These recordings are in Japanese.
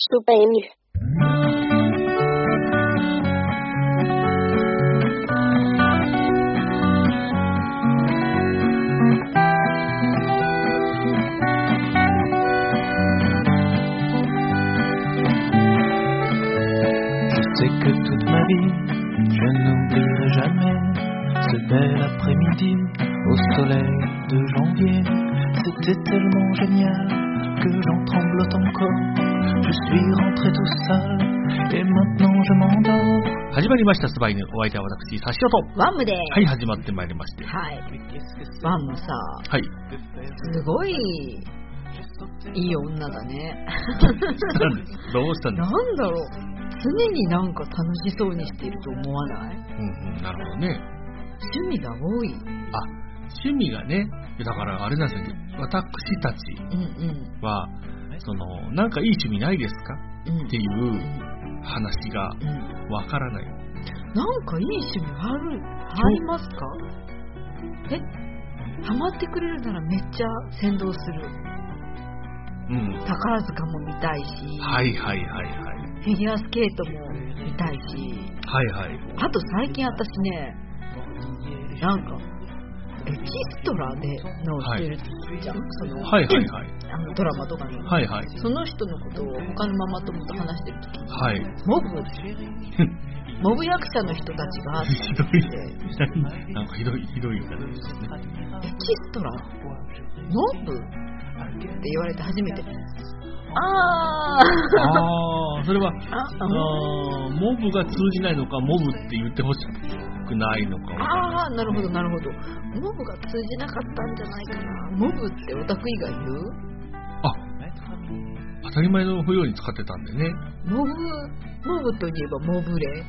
super émue. Je sais que toute ma vie, je n'oublierai jamais ce bel après-midi au soleil de janvier. C'était tellement génial que j'en tremblote encore. Je suis rentré tout seul et maintenant je m'endors. 始まりましたスパイヌ、お相手は私サシオとワムではい始まってまいりまして、 はいワムさはいすごいいい女だねどうしたんですか。 なんだろう、常になんか楽しそうにしていると思わない？ なるほどね。 趣味が多い。 趣味がね、だからあれなんですよね、私たちは、なんかいい趣味ないですか、っていう話がわからない、 なんかいい趣味ありますか？ハマってくれるならめっちゃ先導する。宝塚も見たいし、フィギュアスケートも見たいし、あと最近私ね、なんかエキストラでのしてるじゃん、ドラマとかの、その人のことを他のママ友と話してるときに、モブ役者の人たちがひどいなんかひどい言い方ですね。 エキストラモブって言われて初めてそれはモブが通じないのか、モブって言ってほしくないのか。 なるほどなるほど。モブが通じなかったんじゃないかな。モブってオタク以外言う？ 当たり前のように使ってたんでね。 モブといえばモブレ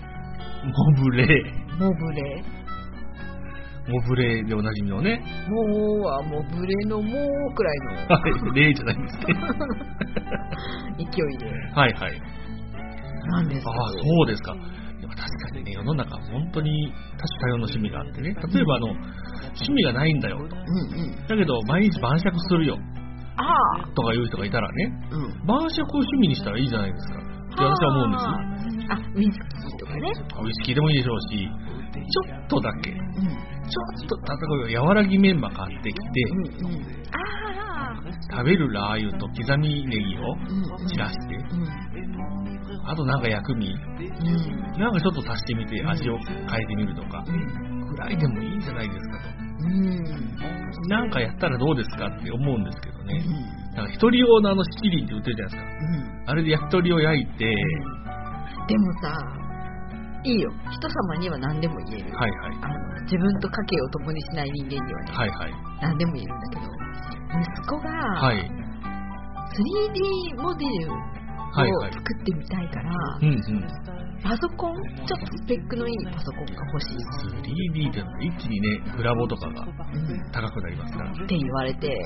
でおなじみのね。 モはモブレのモくらいのレじゃないんですね勢いでなんですか。 そうですか。でも確かにね、世の中本当に多種多様の趣味があってね。例えば趣味がないんだよと、だけど毎日晩酌するよとかいう人がいたらね、晩酌を趣味にしたらいいじゃないですかって私は思うんです。 ウイスキーとかね。 ウイスキーでもいいでしょうし、ちょっとだけ、ちょっと例えば和らぎメンマ買ってきて、食べるラー油と刻みネギを散らして、あとなんか薬味、なんかちょっと足してみて味を変えてみるとか、ぐらいでもいいんじゃないですかと、なんかやったらどうですかって思うんですけどね。なんか一人用の七輪って売ってるじゃないですか、あれで焼き鳥を焼いて、 でもさ、いいよ、人様には何でも言える、自分と家計を共にしない人間にはね、何でも言えるんだけど、息子が 3D モデルを作ってみたいから、パソコン、ちょっとスペックのいいパソコンが欲しい。 3D って一気にね、グラボとかが高くなりますから、 って言われて、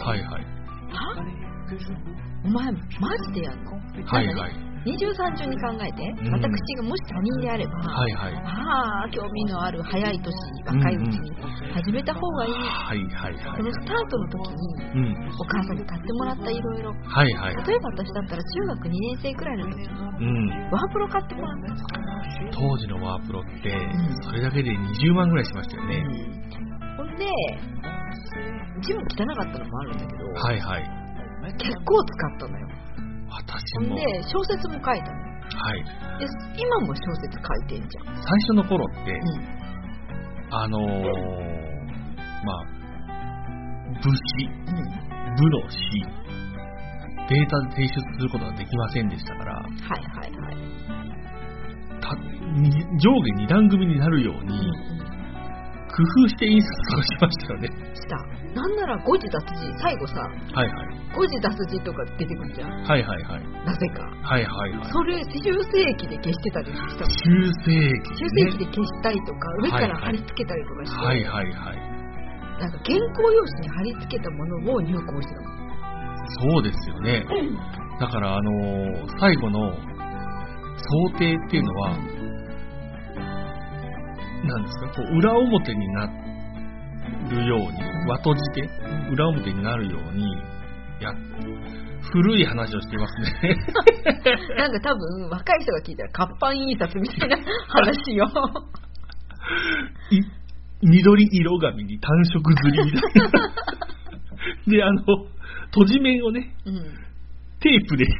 お前マジでやんの？二重三重に考えて、私がもし他人であれば、興味のある早い年、若いうちに始めた方がいい。そのスタートの時に、お母さんに買ってもらったいろいろ、例えば私だったら中学2年生くらいの時に、ワープロ買ってもらった。 当時のワープロって、それだけで20万ぐらいしましたよね。 ほんで、字も汚かったのもあるんだけど、結構使ったのよ。 私も。 で、小説も書いたの。で、今も小説書いてんじゃん。 最初の頃って、部の詩、データで提出することができませんでしたから、上下2段組になるように、工夫して印刷とかしましたよね。 なんなら誤字脱字、最後さ、誤字脱字とか出てくるじゃん。なぜか。それ修正機で消してたりした。 修正機で消したりとか、上から貼り付けたりとかして。なんか原稿用紙に貼り付けたものを入稿してたの。 そうですよね。だから最後の想定っていうのは、なんですか、こう裏表になるように、和とじで裏表になるように古い話をしていますね。 なんか多分若い人が聞いたら活版印刷みたいな話よ。 緑色紙に単色刷りみたいな。で、閉じ面をね、テープで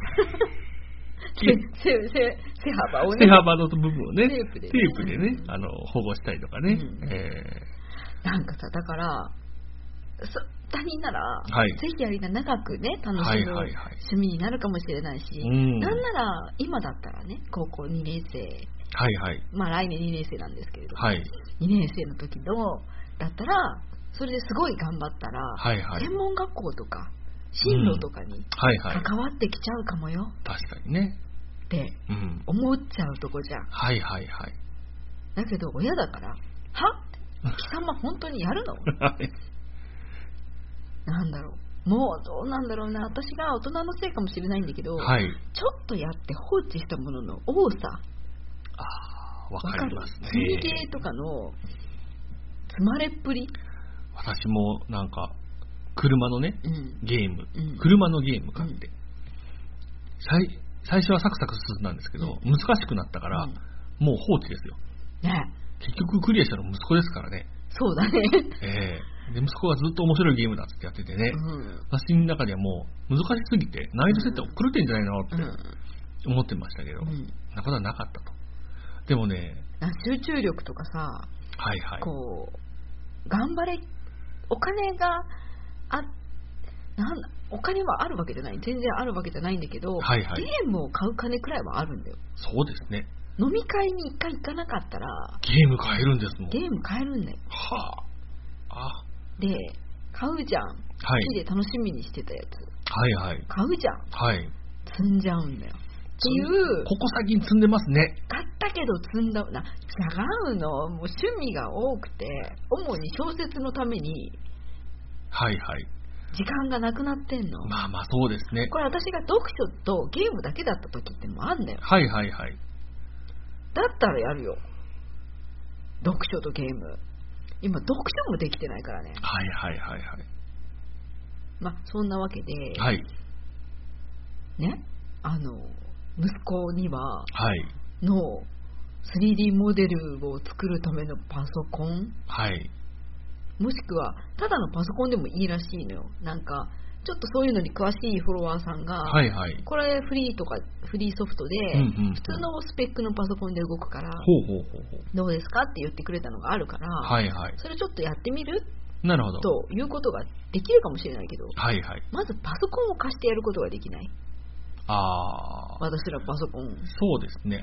背幅をね、 背幅の部分をね、 テープでね、 保護したりとかね。 なんかさ、だから他人なら、ぜひやりな、長くね楽しむ趣味になるかもしれないし、なんなら今だったらね、高校2年生、まあ来年2年生なんですけれど、2年生の時のだったら、それですごい頑張ったら、専門学校とか進路とかに関わってきちゃうかもよ。 確かにね。 って思っちゃうとこじゃん。だけど親だから、は？貴様本当にやるの？なんだろう、もうどうなんだろうな、私が大人のせいかもしれないんだけど、ちょっとやって放置したものの多さ。 わかりますね。 積みゲーとかの積まれっぷり。 私もなんか車のね、ゲーム、車のゲーム買って、最初はサクサク進んだんですけど、難しくなったから、もう放置ですよ。結局クリアしたの息子ですからね。 そうだね。 で息子がずっと面白いゲームだってやっててね、私の中ではもう難しすぎて難易度設定狂ってんじゃないのって思ってましたけど、なことはなかったと。でもね、 集中力とかさ、こう頑張れ、お金がお金はあるわけじゃない、全然あるわけじゃないんだけど、ゲームを買う金くらいはあるんだよ。 そうですね。 飲み会に一回行かなかったらゲーム買えるんですもん。 ゲーム買えるんだよ。で、買うじゃん。好きで楽しみにしてたやつ。買うじゃん。積んじゃうんだよ。っていう。 ここ最近積んでますね。 買ったけど積んだな。違うの。もう趣味が多くて、主に小説のために。時間がなくなってんの。 まあまあそうですね。 これ私が読書とゲームだけだった時ってもあんだよ。だったらやるよ。読書とゲーム。今読書もできてないからね。まあそんなわけで、ね、息子には、の 3D モデルを作るためのパソコン、もしくはただのパソコンでもいいらしいのよ。なんかちょっとそういうのに詳しいフォロワーさんが、これフリーソフトで、普通のスペックのパソコンで動くから、どうですかって言ってくれたのがあるから、それちょっとやってみるということができるかもしれないけど、まずパソコンを貸してやることができない。私らパソコン。 そうですね。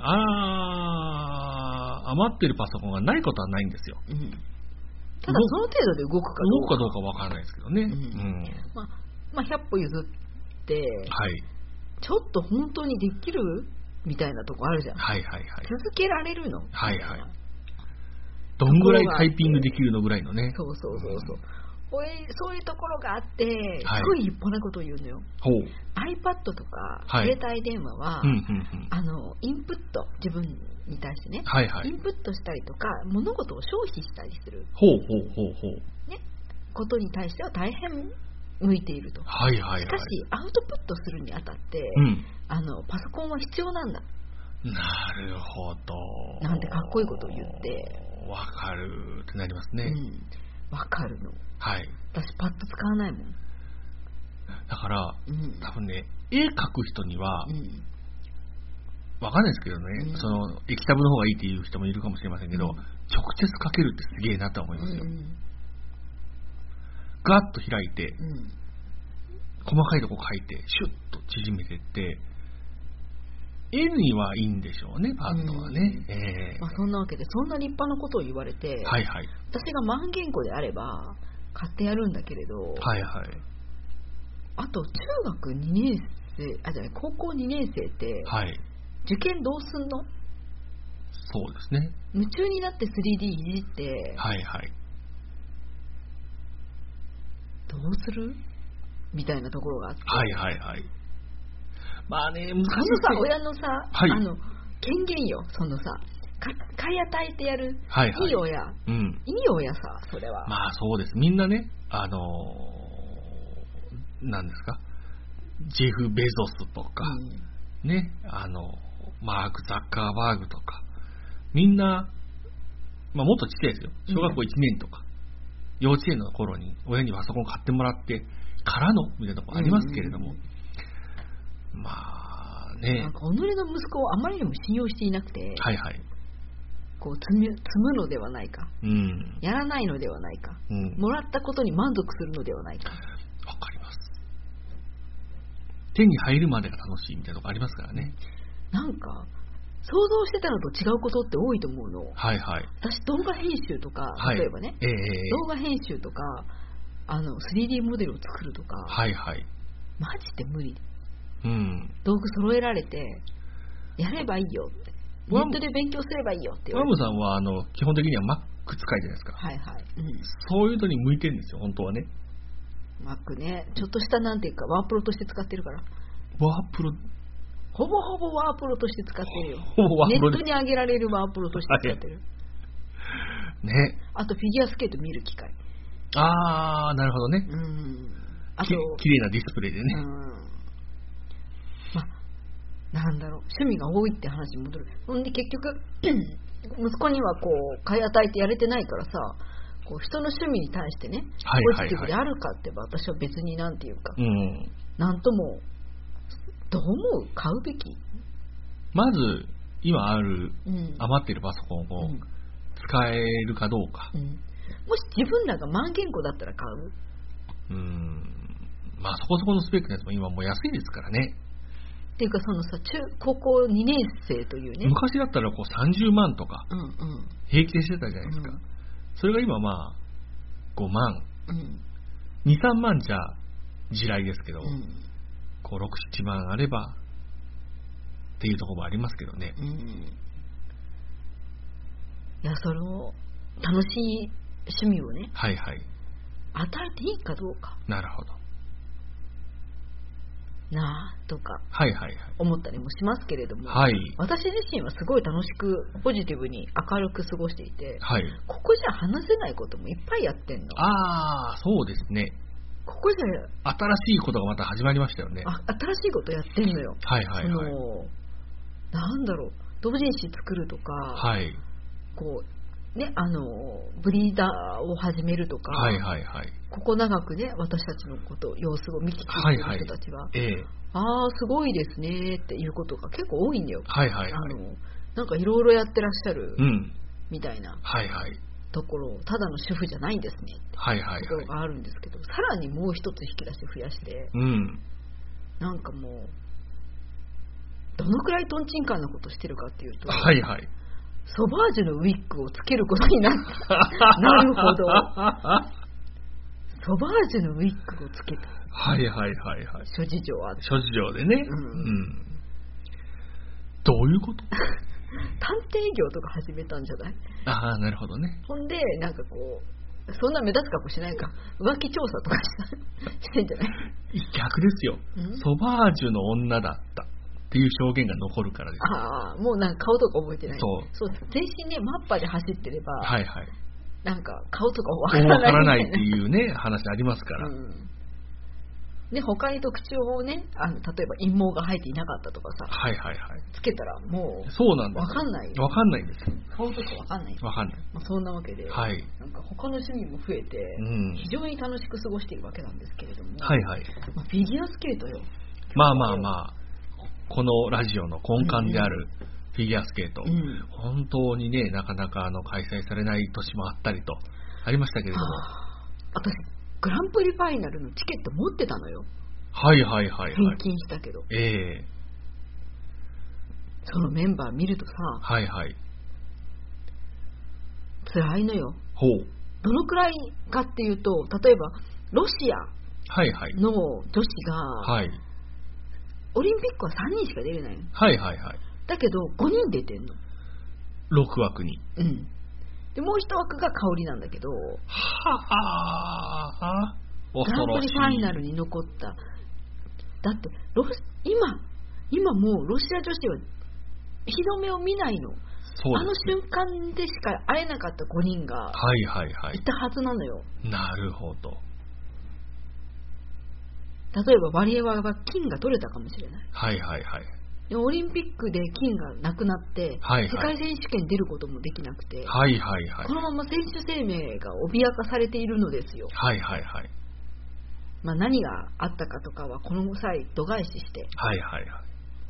余ってるパソコンがないことはないんですよ。 ただその程度で動くかどうかわからないですけどね。 まあ100歩譲って、ちょっと本当にできるみたいなとこあるじゃん。続けられるの。どんぐらいタイピングできるのぐらいのね。そうそういうところがあって、すごい立派なことを言うのよ。iPad とか携帯電話は、インプット、自分に対してね、インプットしたりとか物事を消費したりすることに対しては大変向いていると。しかしアウトプットするにあたって、パソコンは必要なんだ。 なるほど。 なんてかっこいいことを言ってわかるってなりますね。 わかるの。私パッと使わないもん。 だから、多分ね、絵描く人には、わかんないですけどね、その液タブの方がいいっていう人もいるかもしれませんけど、直接描けるってすげえなと思いますよ。ガッと開いて、細かいとこ描いて、シュッと縮めてって、絵にはいいんでしょうね、パッドはね。 そんなわけで、そんな立派なことを言われて、私が万言語であれば買ってやるんだけれど、あと中学2年生、じゃない、高校2年生って、受験どうすんの？ そうですね。 夢中になって 3D いじって、どうする？みたいなところがあって。 まあね、難しい。 親のさ、権限よ、そのさ、買い与えてやる、いい親、いい親さ、それは。 まあそうです。みんなね、なんですか、 ジェフ・ベゾスとか、ね、マーク・ザッカーバーグとか、みんな、もっとちっちゃいですよ。小学校1年とか、幼稚園の頃に親にパソコン買ってもらってからのみたいなところありますけれども、まあね。 なんか己の息子をあまりにも信用していなくて、 はいはい。 こう積むのではないか、やらないのではないか、もらったことに満足するのではないか。 わかります。手に入るまでが楽しいみたいなとこありますからね。 なんか想像してたのと違うことって多いと思うの。 はいはい。 私動画編集とか、例えばね、動画編集とか3D モデルを作るとか、 はいはい。 マジで無理。道具揃えられてやればいいよって、ネットで勉強すればいいよって言われて。 ワムさんは基本的には Mac 使いじゃないですか。 はいはい。 そういうのに向いてるんですよ、本当はね。 Mac ね、ちょっとしたなんていうかワープロとして使ってるから。 ワープロ、 ほぼほぼワープロとして使ってるよ。 ネットに上げられるワープロとして使ってる。 ね。 あとフィギュアスケート見る機会。 あー、なるほどね。 あと綺麗なディスプレイでね。 なんだろう、趣味が多いって話に戻る。ほんで結局息子にはこう買い与えてやれてないからさ、こう人の趣味に対してね、ポジティブであるかって私は別になんていうか、なんとも、どう思う？買うべき？まず今ある、余っているパソコンを使えるかどうか。 もし自分らが万元庫だったら買う？ そこそこのスペックのやつも今もう安いですからね。 っていうかそのさ、高校2年生というね、 昔だったらこう30万とか平気でしてたじゃないですか。それが今5万、2、3万じゃ地雷ですけど、こう6、7万あればっていうところもありますけどね。 いや、その楽しい趣味をね、 はいはい、 与えていいかどうか。 なるほどなあとか思ったりもしますけれども、私自身はすごい楽しくポジティブに明るく過ごしていて、ここじゃ話せないこともいっぱいやってんの。 そうですね。 ここじゃ新しいことがまた始まりましたよね。 新しいことやってんのよ。なんだろう、同人誌作るとか、こうね、ブリーダーを始めるとか、ここ長くね、私たちのこと様子を見てきている人たちは、すごいですねっていうことが結構多いんだよ。なんかいろいろやってらっしゃるみたいなところ、ただの主婦じゃないんですねってところがあるんですけど、さらにもう一つ引き出して増やして、なんかもうどのくらいトンチンカンなことしてるかっていうと、ソバージュのウィッグをつけることになった。なるほど。ソバージュのウィッグをつけた。諸事情あって。 諸事情でね。どういうこと？ 探偵業とか始めたんじゃない？ なるほどね。 ほんで、なんかこう、そんな目立つ格好しないか。浮気調査とかしてんじゃない？ 逆ですよ。ソバージュの女だった。っていう証言が残るからです。 もうなんか顔とか覚えてない。そう全身ね、マッパで走ってれば、なんか顔とかわからないっていうね話ありますから。 で他に特徴をね、例えば陰毛が生えていなかったとかさ、つけたらもうそうなんです。 わかんない。 わかんないんです。 顔とかわかんない。そんなわけで、なんか他の趣味も増えて、非常に楽しく過ごしているわけなんですけれども、フィギュアスケートよ。 このラジオの根幹であるフィギュアスケート、本当にね、なかなか開催されない年もあったりとありましたけれども、 私グランプリファイナルのチケット持ってたのよ。返金したけど、そのメンバー見るとさ、辛いのよ。どのくらいかっていうと、例えばロシアの女子が、オリンピックは3人しか出れないの。だけど5人出てんの。 6枠に。 でもう1枠が香りなんだけど、グランプリファイナルに残った。だって今もうロシア女子は日の目を見ないの。あの瞬間でしか会えなかった5人がいたはずなのよ。 なるほど。 例えばワリエワが金が取れたかもしれない。 はいはいはい。 でもオリンピックで金がなくなって、はいはい、世界選手権出ることもできなくて、 はいはいはい、 このまま選手生命が脅かされているのですよ。 はいはいはい。 まあ、何があったかとかはこの際度外視して、 はいはいはい、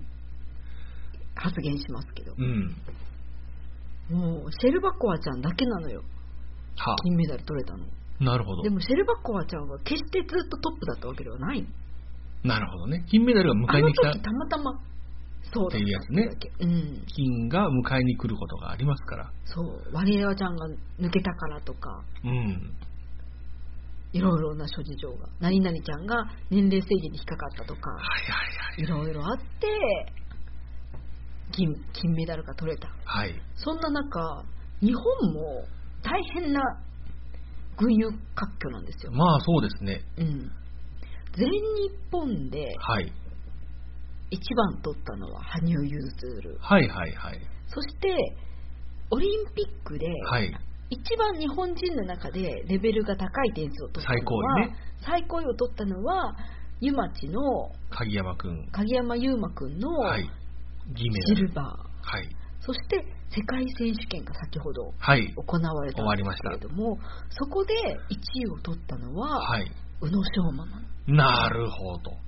発言しますけど、 うん、 もうシェルバコワちゃんだけなのよ、金メダル取れたの。 なるほど。 でもシェルバコワちゃんは決してずっとトップだったわけではない。 なるほどね。金メダルが迎えに来た。 あの時たまたまそうだったっていうやつね。うん、 金が迎えに来ることがありますから。 そう、ワリエワちゃんが抜けたからとか、 うん、 いろいろな諸事情が、何々ちゃんが年齢制限に引っかかったとか、 はいろいろあって金メダルが取れた、 はい、 そんな中日本も大変な群雄割拠なんですよ。 まあそうですね、 うん、全日本で一番取ったのは羽生結弦、 はいはいはい、 そしてオリンピックで、はい、一番日本人の中でレベルが高い点数を取ったのは、最高位を取ったのは湯町の鍵山優真君のシルバー、 はい、 そして世界選手権が先ほど行われたんですけれども、そこで1位を取ったのは、はい、宇野昌磨なの。 なるほど。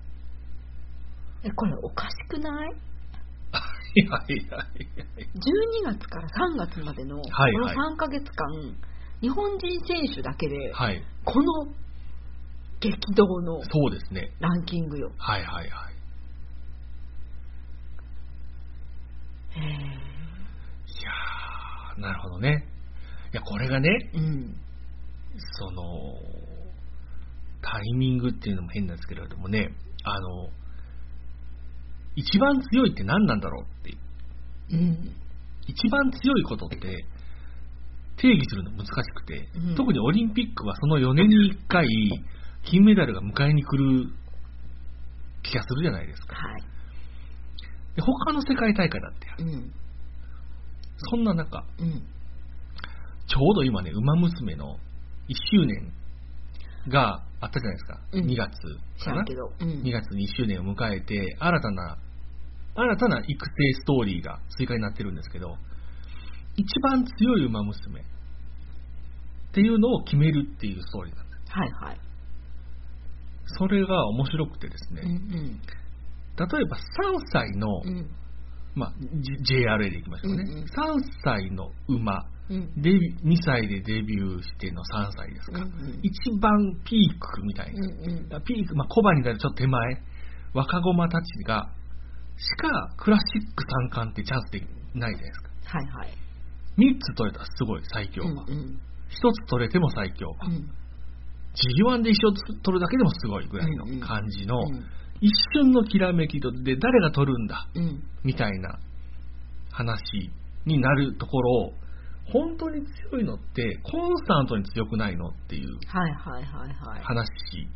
これおかしくない？ 12 月から3月までのこはいの3ヶ月間、日本人選手だけで、 はい、 この激動のそうですねランキングよ。 はいはいはい。いやー、なるほどね。いや、これがね、 うん、 そのタイミングっていうのも変なんですけれどもね、一番強いって何なんだろうって、 うん、 一番強いことって定義するの難しくて、うん、特にオリンピックはその4年に1回金メダルが迎えに来る気がするじゃないですか、 はい、 で他の世界大会だってやる、 うん、 そんな中、 うん、 ちょうど今ね、ウマ娘の1周年があったじゃないですか、 うん、 2月かな、 うん、 2月に1周年を迎えて新たな育成ストーリーが追加になってるんですけど、一番強いウマ娘っていうのを決めるっていうストーリーなんです。 はいはい。 それが面白くてですね、 うんうん、 例えば3歳の、 うん、 まあ、JRA でいきましょうね、うんうん、3歳の馬、 うん、 2歳でデビューしての3歳ですか、 うんうん、 一番ピークみたいな、 うんうん、 ピーク、まあ、小馬になるちょっと手前、若駒たちがしかクラシック3冠ってチャンスでないじゃないですか。 はいはい。 3つ取れたらすごい最強馬、 うんうん、1 つ取れても最強馬、 うん、 G1 で一生取るだけでもすごいぐらいの感じの、うんうん、一瞬のきらめきで誰が取るんだ、 うん、 みたいな話になるところを、本当に強いのってコンスタントに強くないのっていう話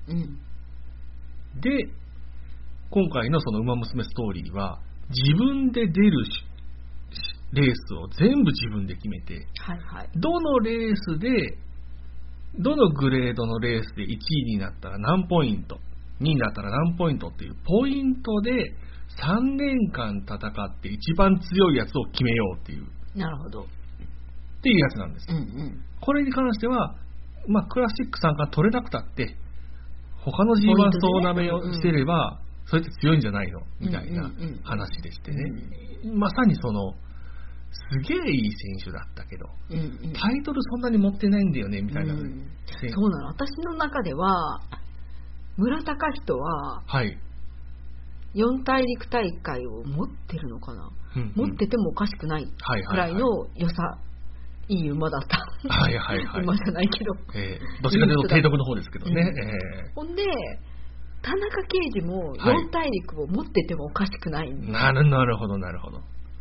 で、今回のそのウマ娘ストーリーは自分で出るレースを全部自分で決めて、 はいはい、 どのレースでどのグレードのレースで1位になったら何ポイント、2位になったら何ポイントっていうポイントで3年間戦って一番強いやつを決めようっていう、 なるほどっていうやつなんです、 うんうん、 これに関しては、まあ、クラシック3冠取れなくたって他の G1 総なめをしてれば、それって強いんじゃないのみたいな話でしてね、まさにそのすげえいい選手だったけど、 うんうん、 タイトルそんなに持ってないんだよねみたいな、 そうなの。私の中では村高人は、 はい、 4大陸大会を持ってるのかな、 うんうん、 持っててもおかしくないくらいの良さ、いい馬だったはいはいはい、 馬じゃないけど、 どっちかというと提督の方ですけどね、 ほんで田中刑事も4大陸を持っててもおかしくない、 なるほどなるほど。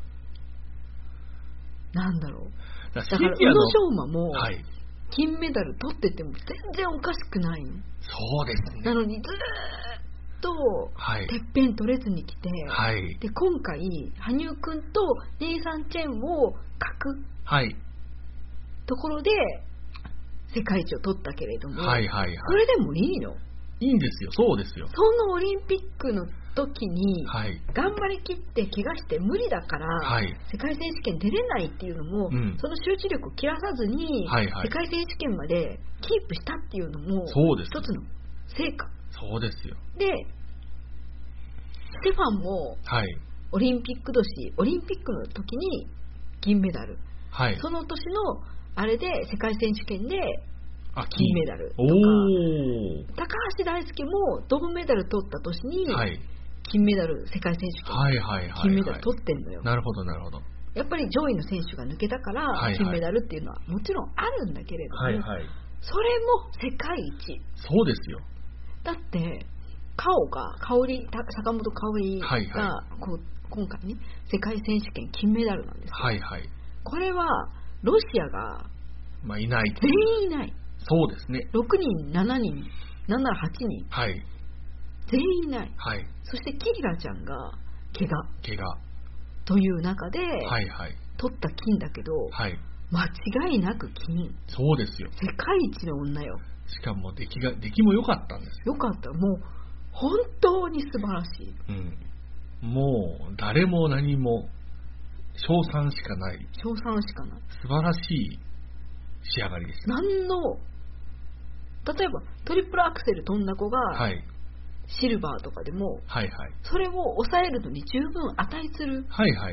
なんだろう、だから宇野昌磨も金メダル取ってても全然おかしくない、 そうですね。 なのにずっとてっぺん取れずに来て、 はい、 で今回羽生くんとネイサン・チェンを欠く、 はい、 ところで世界一を取ったけれども、 はいはいはい、 それでもいいの。 いいんですよ、そうですよ。 そのオリンピックの時に頑張りきって怪我して無理だから、世界選手権出れないっていうのも、その集中力を切らさずに、世界選手権までキープしたっていうのも一つの成果。 そうですよ。 で、ステファンもオリンピック年、オリンピックの時に銀メダル、その年のあれで世界選手権で金メダルとか、高橋大輔も銅メダル取った年に金メダル、世界選手権金メダル取ってんのよ。 なるほどなるほど。 やっぱり上位の選手が抜けたから金メダルっていうのはもちろんあるんだけれども、それも世界一。 そうですよ。 だって坂本花織が今回ね世界選手権金メダルなんですよ。これはロシアがいない、 全員いない。 そうですね。 6人、7人、なんなら8人、全員いない。そしてキリラちゃんが怪我という中で取った金だけど、間違いなく金。 そうですよ。 世界一の女よ。 しかも出来も良かったんですよ。 良かった。もう本当に素晴らしい。 もう誰も何も称賛しかない。 素晴らしい仕上がりです。 例えばトリプルアクセル飛んだ子が、シルバーとかでも、それを抑えるのに十分値する、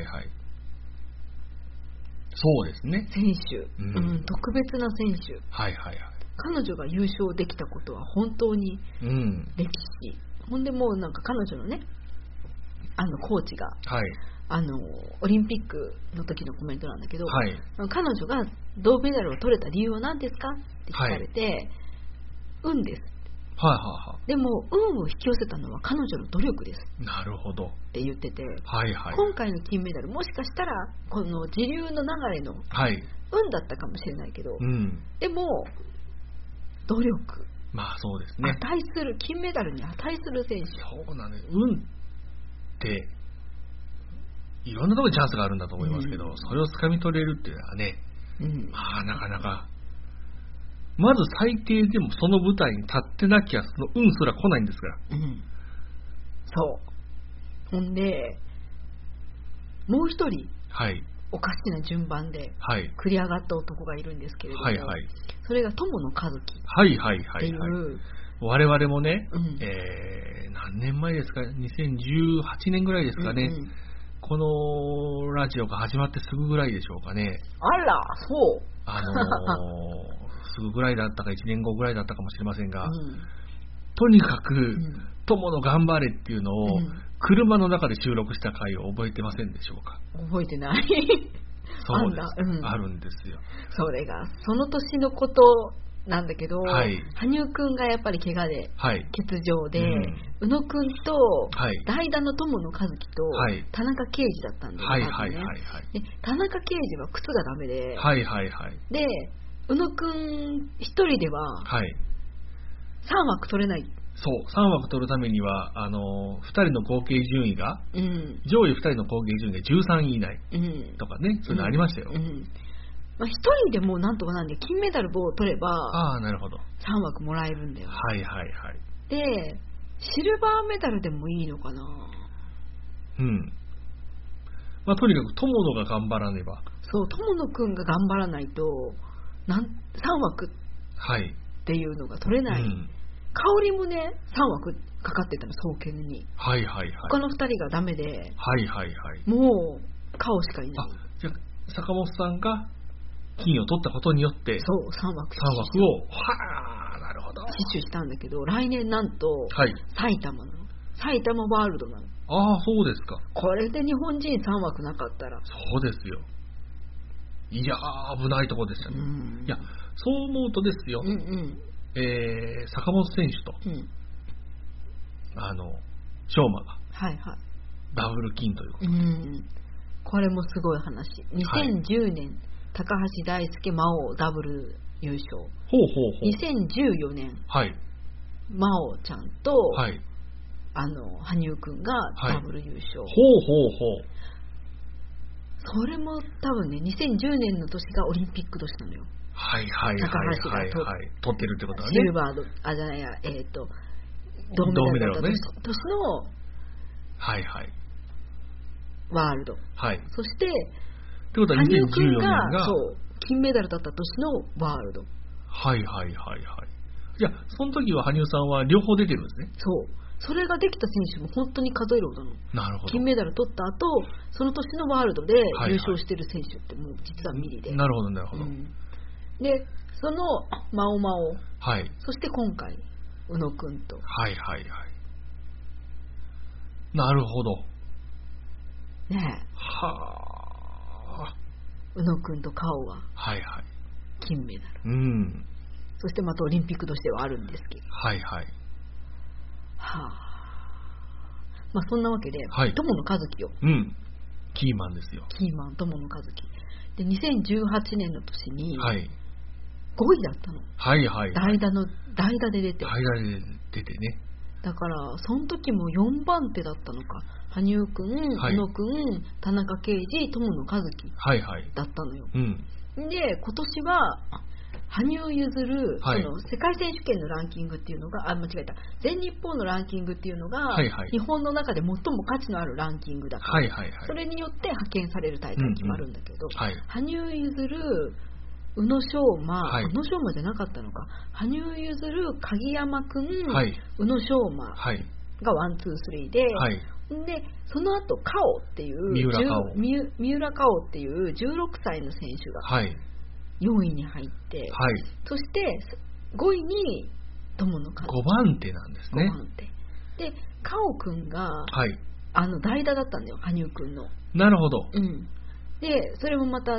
そうですね、 選手、特別な選手、彼女が優勝できたことは本当に歴史、ほんでもうなんか彼女のねコーチが、オリンピックの時のコメントなんだけど、彼女が銅メダルを取れた理由は何ですかって聞かれて、運です。でも運を引き寄せたのは彼女の努力です。 なるほどって言ってて、今回の金メダルもしかしたらこの時流の流れの運だったかもしれないけど、でも努力、 そうですね、 値する金メダルに値する選手。 そうなんです。運っていろんなところにチャンスがあるんだと思いますけど、それを掴み取れるっていうのはね、なかなか、まず最低でもその舞台に立ってなきゃその運すら来ないんですから。 そう。ほんでもう一人、おかしな順番で繰り上がった男がいるんですけれども、それが友野一希っていう、 我々もね、何年前ですか、2018年ぐらいですかね、このラジオが始まってすぐぐらいでしょうかね。 あら、そう。 すぐぐらいだったか1年後ぐらいだったかもしれませんが、とにかく、友の頑張れっていうのを、車の中で収録した回を覚えてませんでしょうか。 覚えてない。 そうです、あるんですよ。 それがその年のことなんだけど、羽生くんがやっぱり怪我で欠場で、宇野くんと代打の友野一希と田中圭司だったんですね。で田中圭司は靴がダメで、で宇野くん一人では3枠取れない。 そう、3枠取るためには2人の合計順位が、上位2人の合計順位が13位以内とかね、そういうのありましたよ。一人でもなんとかなんで金メダルを取ればなるほど、 3枠もらえるんだよ。でシルバーメダルでもいいのかな。 とにかく友野が頑張らねば。 そう、友野くんが頑張らないと3枠っていうのが取れない。香織もね3枠かかってたの、総研に。他の2人がダメで、もう顔しかいない。 じゃあ坂本さんが金を取ったことによって、 そう3枠をなるほど、 死守したんだけど、来年なんと埼玉なの。埼玉ワールドなの。 そうですか。 これで日本人3枠なかったら。 そうですよ。いや危ないとこでしたね。いやそう思うとですよ、坂本選手と、昌磨がダブル金ということで、 これもすごい話。2010年、高橋大輔真央ダブル優勝。2014年、真央ちゃんと、羽生くんがダブル優勝。それも多分ね、2010年の年がオリンピック年なのよ。高橋が取ってるってことはね。 シルバーじゃないや、 銅メダルだった年のはいはい、 ワールド、 はい、 そしてってことは2014年がそう金メダルだった年のワールド。 はいはいはいはい。じゃあその時は羽生さんは両方出てるんですね。 そう。それができた選手も本当に数えるほどの。 なるほど。 金メダル取った後、その年のワールドで優勝してる選手ってもう実はミリで。 なるほどなるほど。 でそのマオマオ、 はい、 そして今回宇野くんと。 はいはいはい。なるほど。 ねえ。 はあ。 宇野くんとカオは金メダル、 うん、 そしてまたオリンピックとしてはあるんですけど、 はいはい、 はあ、まあそんなわけで、 はい、 友野一希よ、 うん、キーマンですよ。 キーマン友野一希で2018年の年に5位だったの。 はいはい、はい、 代打で出て、 代打で出てね。 だからその時も4番手だったのか、羽生くん、 はい、 宇野くん、田中圭司、友野一希だったのよ、 はいはい、うん、 で今年は羽生結弦、 はい、 その世界選手権のランキングっていうのが間違えた、全日本のランキングっていうのが、 はいはい、 日本の中で最も価値のあるランキングだから、 はいはいはい、 それによって派遣される大会決まるんだけど、 はい、 羽生結弦、宇野昌磨、 はい、 宇野昌磨じゃなかったのか、羽生結弦、鍵山くん、 はい、 宇野昌磨がワンツースリーで、 はい、 でその後カオっていう三浦佳生っていう16歳の選手が4位に入って、はい、そして5位に友野一希、 5番手なんですね。 5番手でカオくんが、 はい、 代打だったんだよ、羽生くんの。 なるほど、 うん、でそれもまた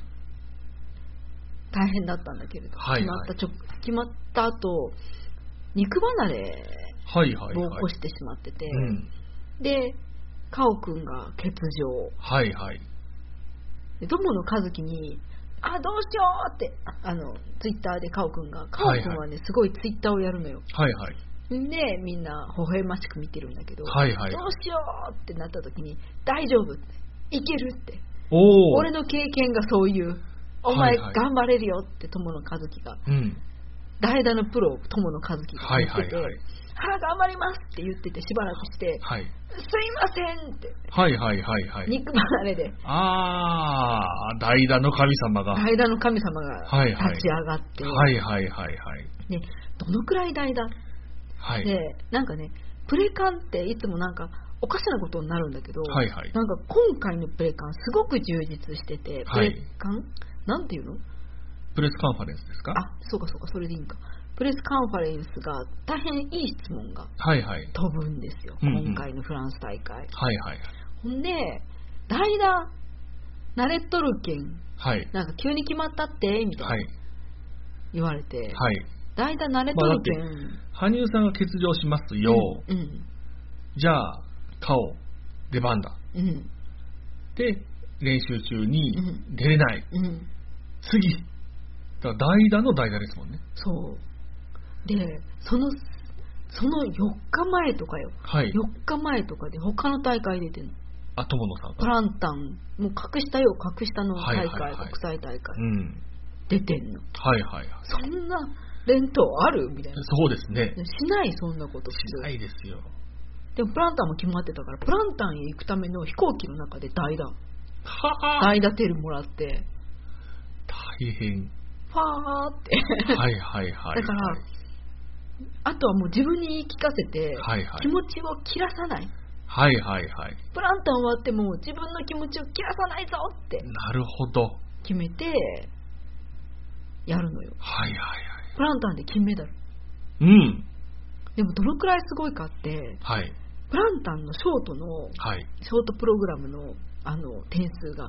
大変だったんだけれど、 はいはい、 決まった後肉離れを起こしてしまってて、 はいはいはい、 でカオくんが欠場、 はいはい、 で友野一希にどうしようってツイッターでカオくんはね、はいはい、すごいツイッターをやるのよ、 はいはい、 でみんな微笑ましく見てるんだけど、 はいはいはい、 どうしようってなった時に大丈夫って、いけるって、俺の経験がそういう、お前頑張れるよって友野一希が、代打のプロ友野一希が言ってて、はいはいはい、頑張りますって言ってて、しばらくして、はい、すいませんって、 はいはいはいはい、 肉離れで、 代打の神様が立ち上がって、 はいはいはいはい、 でどのくらい代打、 はい、 でなんかね、プレカンっていつもなんかおかしなことになるんだけど、 はいはい、 なんか今回のプレカンすごく充実してて、プレカン、なんていうの？ プレスカンファレンスですか？ そうかそうか、それでいいんか。プレスカンファレンスが大変いい質問が飛ぶんですよ、今回のフランス大会、 はいはい、 ほんで代打慣れとるけん、 はい、 なんか急に決まったってみたいな、言われて、 はい、 代打慣れとるけん、 羽生さんが欠場しますよ、じゃあ顔出番だ、で練習中に出れない、次だから代打の代打ですもんね。 そうで、その4日前とかよ、はい、4日前とかで他の大会出てんの。 友野さんがプランタンもう格下の大会、はいはいはい、国際大会、出てんの。 はいはいはい、 そんな連投あるみたいな。 そうですね。 しない、そんなこと普通。 しないですよ。 でもプランタンも決まってたから、プランタンへ行くための飛行機の中で代打テルもらって大変ファーってはいはいはい、 だからあとはもう自分に言い聞かせて、 はいはい、 気持ちを切らさない、 はいはいはい、 プランタン終わっても自分の気持ちを切らさないぞってなるほど決めてやるのよ。 はいはいはい、 プランタンで金メダル。でもどのくらいすごいかって、 はい、 プランタンのショートの、 はい、 ショートプログラムの点数が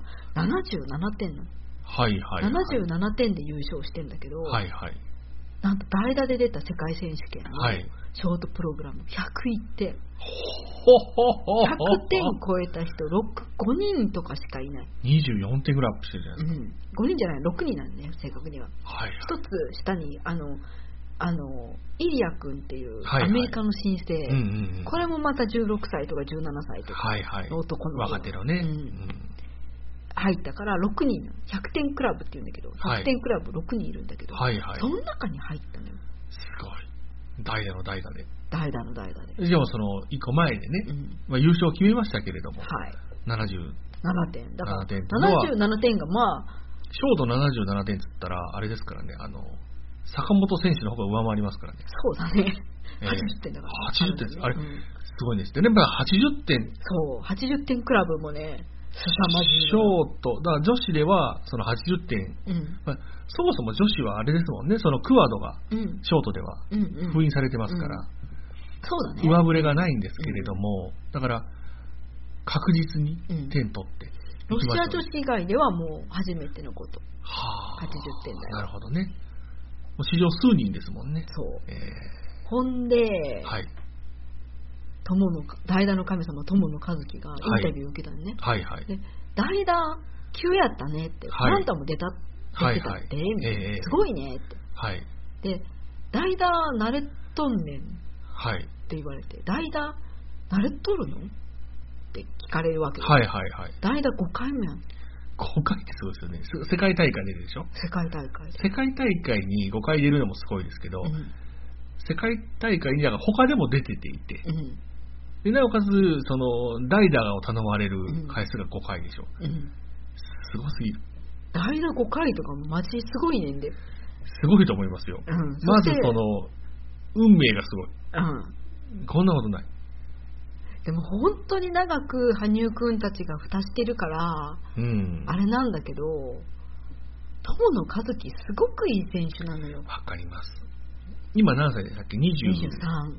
77点なの。 はいはいはい、 77点で優勝してんだけど、 はいはい、 なんと代打で出た世界選手権のショートプログラム101点、100点超えた人5人とかしかいない。 24点ぐらいアップしてるじゃないですか。 5人じゃない、6人なんね、正確には。 はいはい、 一つ下にイリア君っていうアメリカの新星、これもまた16歳とか17歳とかの男の子、 若手のね、 入ったから6人、100点クラブっていうんだけど、100点クラブ6人いるんだけど、その中に入ったのよ。 すごい。 代打の代打で。 代打の代打で。 しかもその1個前でね、優勝を決めましたけれども、 77点。だから77点がショート77点っつったらあれですからね、坂本選手の方が上回りますからね。 そうだね。80点だから。 80点です。あれ、すごいんですってね。80点。 そう、80点クラブもね、凄まじい。 ショート、だから女子ではその80点、そもそも女子はあれですもんね、そのクワードがショートでは封印されてますから、 そうだね。 上振れがないんですけれども、だから確実に点取って。 ロシア女子以外ではもう初めてのこと。80点だよ。 なるほどね。もう史上数人ですもんね。 そう。ほんで、代打の神様友野一希がインタビューを受けたのね。で代打急やったねって、あなたも出たってすごいねって。で代打慣れとんねんって言われて、代打慣れとるのって聞かれるわけです。代打5回目やん。 5回ってすごいですよね。世界大会出るでしょ。 世界大会に5回出るのもすごいですけど、世界大会にだから他でも出てていて、でなおかつその代打を頼まれる回数が5回でしょ。すごすぎる。 代打5回とかマジすごいねんで。 すごいと思いますよ。まずその運命がすごい。こんなことない。 でも本当に長く羽生くんたちが蓋してるから、あれなんだけど、友野一希すごくいい選手なのよ。 わかります。今何歳でしたっけ？ 23。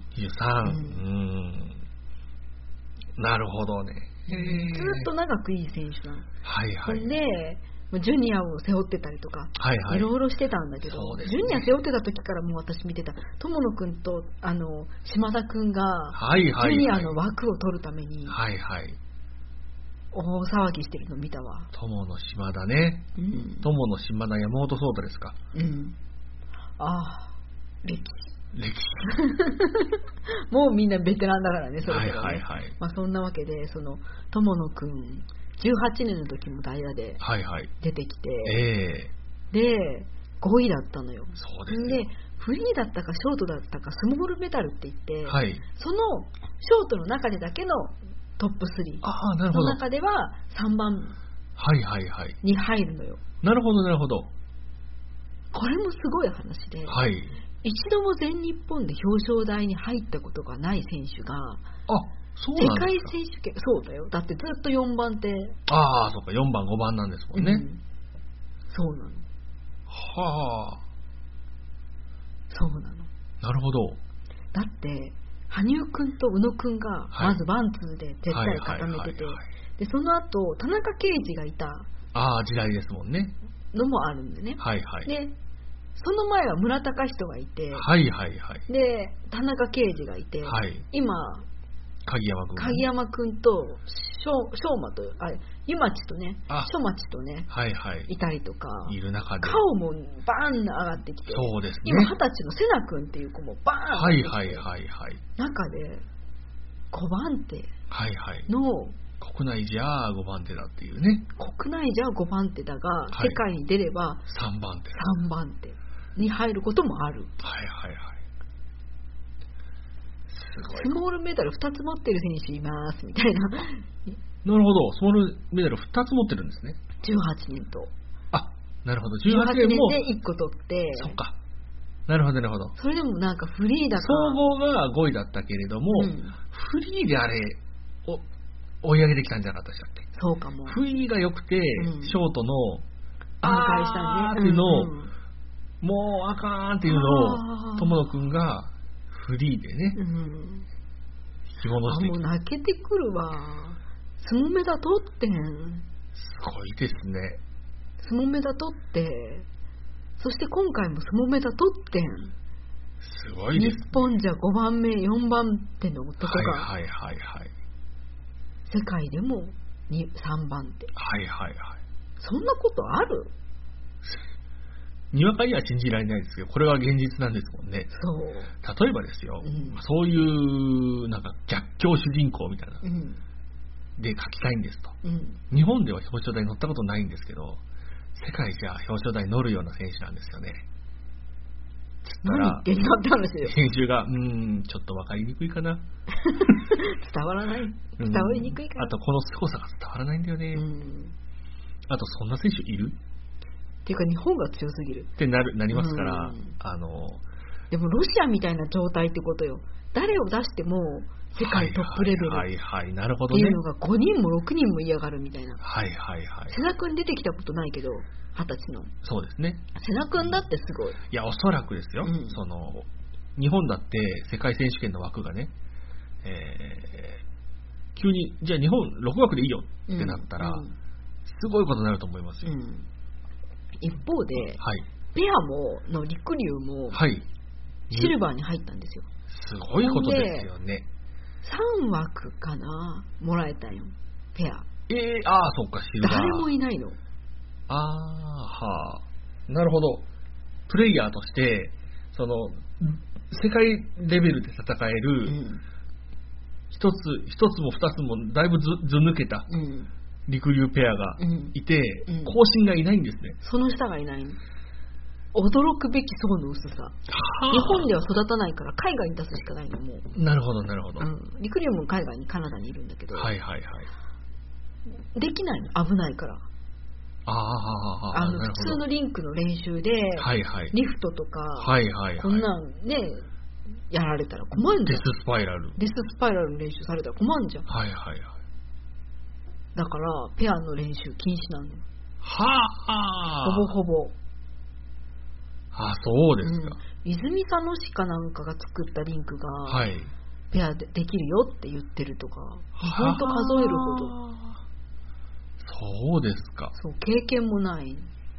なるほどね。 ずっと長くいい選手なの。でジュニアを背負ってたりとか、いろいろしてたんだけど、ジュニア背負ってた時からもう私見てた。友野くんと島田くんがジュニアの枠を取るために大騒ぎしてるの見たわ。 友野島田ね。友野島田山本草太ですか。 歴史もうみんなベテランだからね、それからね。そんなわけで、その友野くん18年の時も代打で出てきて、で5位だったのよ。 そうですね。 でフリーだったかショートだったかスモールメダルって言って、そのショートの中でだけのトップ3の中では3番に入るのよ。 なるほどなるほど。 これもすごい話で、一度も全日本で表彰台に入ったことがない選手が、世界選手権、そうだよ。だってずっと4番手。 そうか、4番5番なんですもんね。 そうなの。そうなの。 なるほど。 だって羽生くんと宇野くんがまずワンツーで絶対固めてて、でその後田中圭司がいた時代ですもんね。 のもあるんでね。でその前は村高人がいて、で田中圭司がいて、今鍵山くんと昌磨と湯町とね、書町とね、いたりとか、 いる中で顔もバーン上がってきて、 そうですね、 今20歳の瀬名くんっていう子もバーン上がってきて、中で5番手の、 国内じゃ5番手だっていうね。 国内じゃ5番手だが、世界に出れば 3番手に入ることもある。スモールメダル2つ持ってる選手いますみたいな。 なるほど、スモールメダル2つ持ってるんですね。 18年と。 なるほど。 18年で1個取って。 そっか。なるほどなるほど。 それでもなんかフリーだから。 総合が5位だったけれども、フリーであれを追い上げてきたんじゃなかったでしたっけ。 そうかも。 フリーが良くて、ショートのっていうのを、もうあかんっていうのを友野くんがフリーでね、着物してきた。 もう泣けてくるわ。スモメダ取ってん。 すごいですね。 スモメダ取って、そして今回もスモメダ取ってん。 すごいですね。 日本じゃ5番目4番手の男が、世界でも3番手。そんなことある？ にわかには信じられないですけど、これは現実なんですもんね。例えばですよ、そういうなんか逆境主人公みたいな、で書きたいんですと、日本では表彰台に乗ったことないんですけど、世界じゃ表彰台に乗るような選手なんですよね。 ったら、 何って話よ。 編集が、ちょっと分かりにくいかな。 伝わらない。伝わりにくいから。 あと、この凄さが伝わらないんだよね。あと、そんな選手いるっていうか、日本が強すぎる。 ってなりますから、 でもロシアみたいな状態ってことよ。誰を出しても世界トップレベルなるほどね。 っていうのが5人も6人も嫌がるみたいな。 瀬名君出てきたことないけど、20歳の。 そうですね。 瀬名君だってすごい。 いや、おそらくですよ。日本だって世界選手権の枠がね、急に、じゃあ日本6枠でいいよってなったら、すごいことになると思いますよ。 一方で、ペアのりくりゅうも、シルバーに入ったんですよ。 すごいことですよね。 3枠かなもらえたんよ、ペア。 そうか、シルバー。 誰もいないの。 なるほど。プレイヤーとして、世界レベルで戦える、一つも二つもだいぶず抜けた、りくりゅうペアがいて、後進がいないんですね。 その下がいないの。驚くべき層の薄さ。日本では育たないから海外に出すしかないのもう。 なるほどなるほど。 りくりゅうも海外にカナダにいるんだけど。できないの、危ないから。普通のリンクの練習で、リフトとか、こんなんねやられたら困るんじゃん。 デススパイラルの練習されたら困るんじゃん。だからペアの練習禁止なの。ほぼ。 そうですか。 泉佐野市かなんかが作ったリンクが、ペアでできるよって言ってるとか、ほんと数えるほど。 そうですか。 そう、経験もない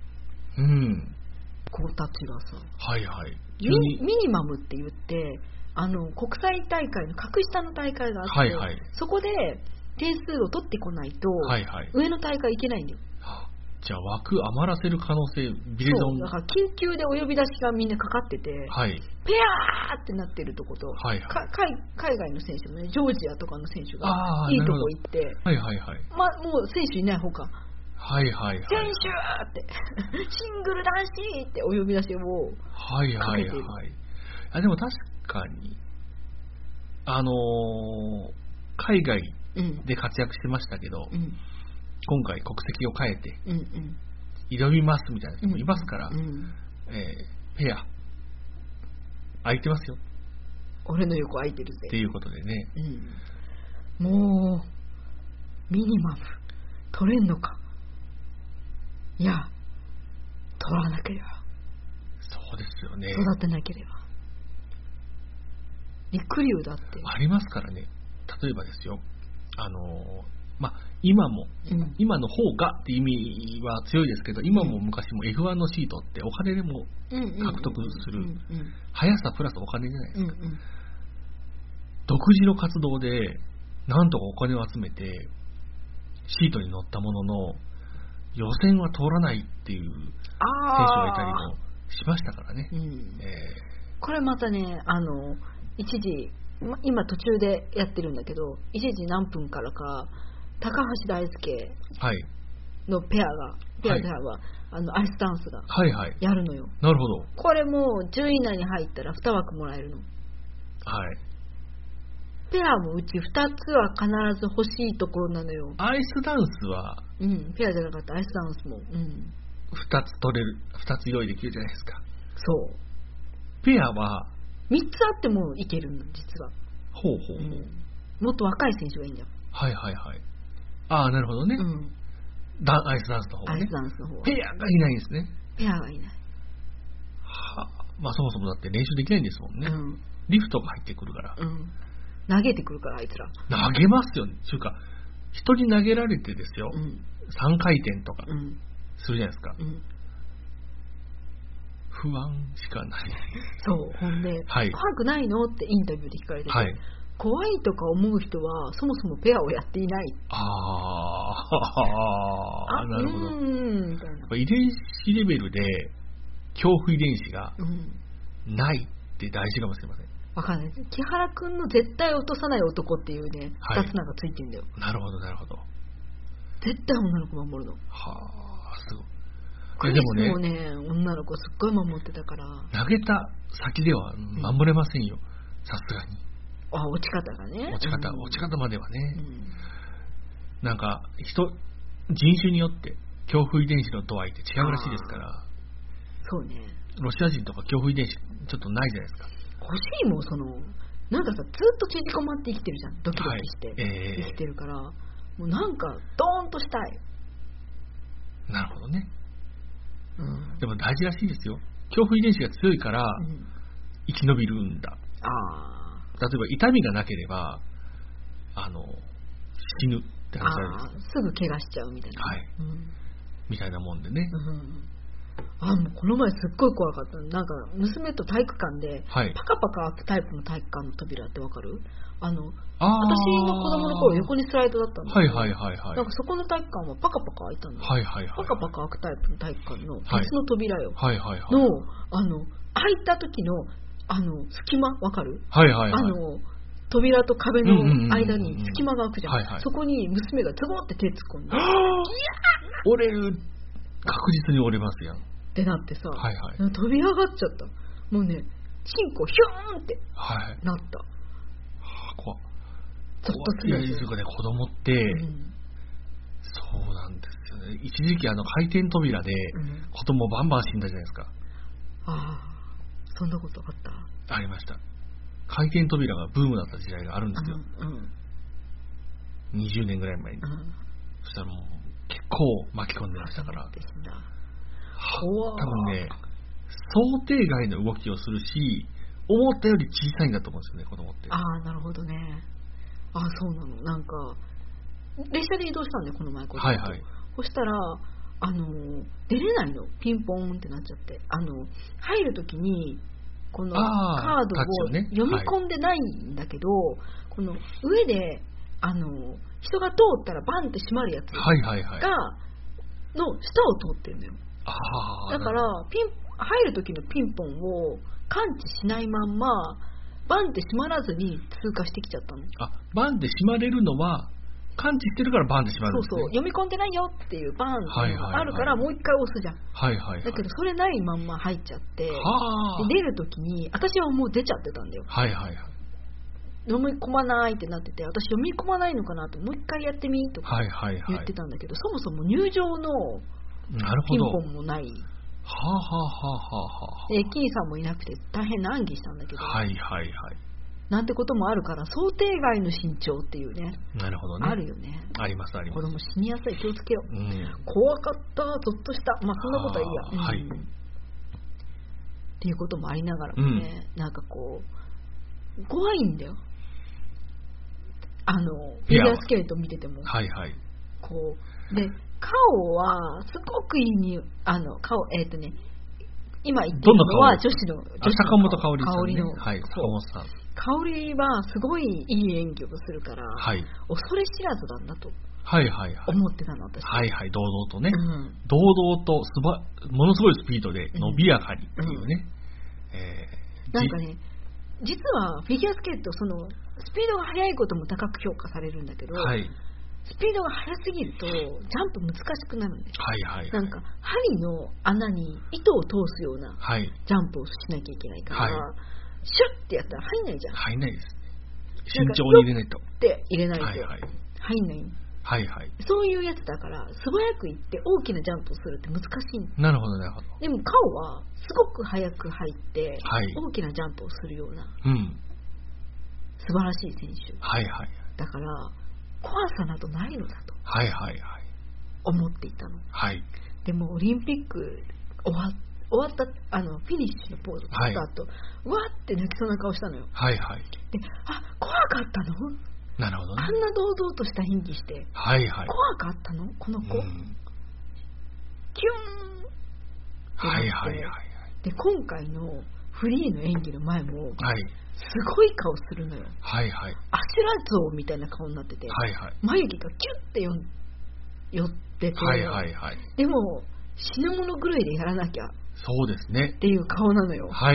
子たちがさ、ミニマムって言って国際大会の格下の大会があって、そこで点数を取ってこないと、上の大会行けないんだよ。 じゃあ枠余らせる可能性ビレゾン。 そうだから緊急でお呼び出しがみんなかかってて、ペアーってなってるとこと、海外の選手もね、ジョージアとかの選手がいいとこ行って、もう選手いないほか、選手ってシングル男子ってお呼び出しをかけてる。 でも確かに海外で活躍してましたけど、今回国籍を変えて挑みますみたいな人もいますから、ペア空いてますよ、 俺の横空いてるぜっていうことでね、 もうミニマム取れんのか。いや、取らなければ。 そうですよね。 育てなければ。りくりゅうだってありますからね。例えばですよ、今の方がって意味は強いですけど、今も昔も F1 のシートってお金でも獲得する速さプラスお金じゃないですか。独自の活動でなんとかお金を集めてシートに乗ったものの予選は通らないっていう選手がいたりもしましたからね。 これまたね、一時今途中でやってるんだけど、一時何分からか高橋大輔のペアはアイスダンスがやるのよ。 なるほど。 これも10位以内に入ったら2枠もらえるの。ペアもうち2つは必ず欲しいところなのよ。 アイスダンスはペアじゃなかったアイスダンスも 2つ取れる、2つ用意できるじゃないですか。 そう。 ペアは 3つあってもいけるの、実は。もっと若い選手がいいんだよ。 なるほどね。アイスダンスの方ね。 アイスダンスの方。 ペアがいないんですね。 ペアがいない。 そもそもだって練習できないんですもんね。リフトが入ってくるから。 投げてくるから、あいつら。 投げますよね。というか、人に投げられてですよ。3回転とかするじゃないですか。不安しかない。 そう。ほんで、怖くないのってインタビューで聞かれてて、怖いとか思う人はそもそもペアをやっていない。 なるほど。遺伝子レベルで恐怖遺伝子がないって大事かもしれません。 わかんない。木原くんの絶対落とさない男っていうね、2つなんかついてんだよ。 なるほど。 絶対女の子守るの。 すごい。 クリスもね、女の子すっごい守ってたから。 投げた先では守れませんよ、さすがに。 落ち方がね。 落ち方まではね。なんか人種によって恐怖遺伝子の度合いって違うらしいですから。 そうね。 ロシア人とか恐怖遺伝子ちょっとないじゃないですか。 欲しいもなんかさ、ずっと縮こまって生きてるじゃん。ドキドキして、生きてるから、もうなんかドーンとしたい。 なるほどね。でも大事らしいですよ。恐怖遺伝子が強いから生き延びるんだ。例えば痛みがなければ死ぬって話じゃないですか。 すぐ怪我しちゃうみたいな。 みたいなもんでね。 もうこの前すっごい怖かった。なんか娘と体育館でパカパカ開くタイプの体育館の扉ってわかる？私の子供の頃横にスライドだったんだけど、なんかそこの体育館はパカパカ開いたんだ。パカパカ開くタイプの体育館の別の扉よ。開いた時の隙間わかる？扉と壁の間に隙間が開くじゃん。そこに娘がズボって手突っ込んで、 折れる、確実に折れますやんってなってさ、飛び上がっちゃった。もうね、チンコヒューンってなった。 怖っ。 ゾッとする。 子供って、そうなんですよね。一時期回転扉で子供バンバン死んだじゃないですか。 そんなことあった？ ありました。回転扉がブームだった時代があるんですよ。20年ぐらい前に。そしたらもう結構巻き込んでましたから。多分ね、想定外の動きをするし、思ったより小さいんだと思うんですよね、子供って。 なるほどね。そうなの。なんか列車で移動したんだよ、この前。そしたら出れないの。ピンポーンってなっちゃって、入るときにこのカードを読み込んでないんだけど、この上で人が通ったらバンって閉まるやつがの下を通ってるんだよ。だから入る時のピンポンを感知しないまんまバンって閉まらずに通過してきちゃったの。 バンって閉まれるのは感知してるからバンって閉まるんですね。 読み込んでないよっていうバンがあるからもう一回押すじゃん。だけどそれないまんま入っちゃって、で出る時に私はもう出ちゃってたんだよ。読み込まないってなってて、私読み込まないのかなと、もう一回やってみとか言ってたんだけど、そもそも入場のピンポンもない。駅員さんもいなくて大変難儀したんだけど、なんてこともあるから想定外の身長っていうね。 なるほどね。 あるよね。 あります。 子供死にやすい、気をつけよう。怖かった、ゾッとした。そんなことはいいや。っていうこともありながらもね、なんかこう怖いんだよ。フィギュアスケート見てても、こうでカオはすごくいいにカオ今言ってるのは女子の坂本香織さんね。 坂本さん。香織はすごいいい演技をするから、恐れ知らずなんだと思ってたの私。 堂々とね、堂々とものすごいスピードで伸びやかにっていうね。 なんかね、実はフィギュアスケートスピードが速いことも高く評価されるんだけど、スピードが速すぎるとジャンプ難しくなるんです。なんか針の穴に糸を通すようなジャンプをしなきゃいけないから、シュッてやったら入んないじゃん。 入んないです。慎重に入れないと。 って入れないと入んない。そういうやつだから素早く行って大きなジャンプをするって難しい。 なるほどなるほど。 でもカオはすごく早く入って大きなジャンプをするような素晴らしい選手。だから怖さなどないのだと思っていたの。でもオリンピック終わったフィニッシュのポーズを取った後、わって泣きそうな顔したのよ。で、怖かったの？ なるほどね。 あんな堂々とした演技して、怖かったのこの子。キューンで、今回のフリーの演技の前も、すごい顔するのよ。アシュラ像みたいな顔になってて、眉毛がキュッて寄ってて、でも死ぬもの狂いでやらなきゃそうですねっていう顔なのよ。 今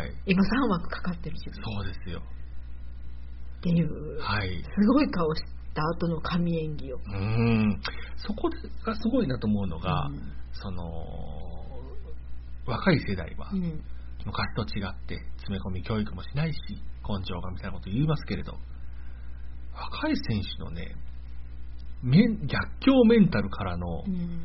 3枠かかってるし。 そうですよ。 っていう、すごい顔した後の神演技を。 そこがすごいなと思うのが、その若い世代は、昔と違って詰め込み教育もしないし根性がみたいなこと言いますけれど、若い選手のね逆境メンタルからの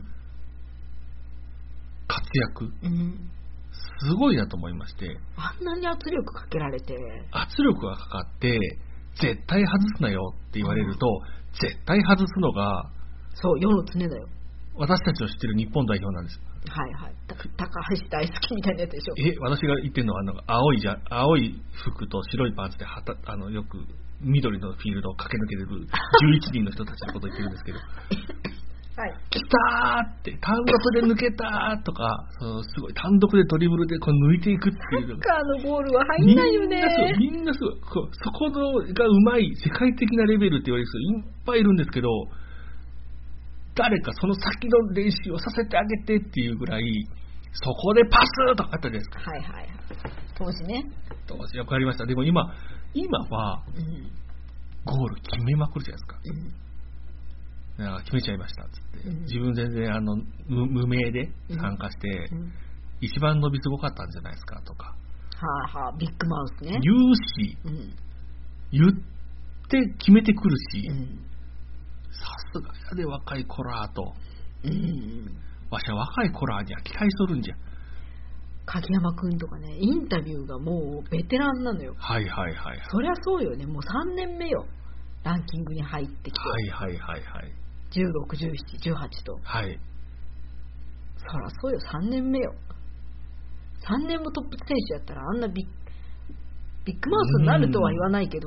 活躍、すごいなと思いまして。 あんなに圧力かけられて、 圧力がかかって絶対外すなよって言われると、絶対外すのがそう世の常だよ。 私たちの知ってる日本代表なんです。 はいはい。高橋大好きみたいなやつでしょ。 私が言ってるのは青い服と白いパンツでよく緑のフィールドを駆け抜けてる11人の人たちのことを言ってるんですけどはい、来たーって単独で抜けたーとかすごい単独でドリブルでこう抜いていくっていう。 サッカーのボールは入んないよね。 みんなすごいそこのがうまい世界的なレベルって言われる人いっぱいいるんですけど、誰かその先の練習をさせてあげてっていうぐらい、そこでパスとかあったじゃないですか。 はいはいはい。当時ね。 当時よくありました。でも今は、ゴール決めまくるじゃないですか。なんか決めちゃいましたっつって、自分全然無名で参加して、一番伸びすごかったんじゃないですかとか。 ビッグマウスね。 言うし、言って決めてくるし。さすがやで若い子らと、わしは若い子らには期待しとるんじゃ。 鍵山くんとかね、インタビューがもうベテランなのよ。 はいはいはい。 そりゃそうよね。もう3年目よ、ランキングに入ってきて。 はいはいはいはい。 16、17、18と。 はい。 そりゃそうよ、3年目よ。3年もトップ選手やったらあんなビッグマウスになるとは言わないけど、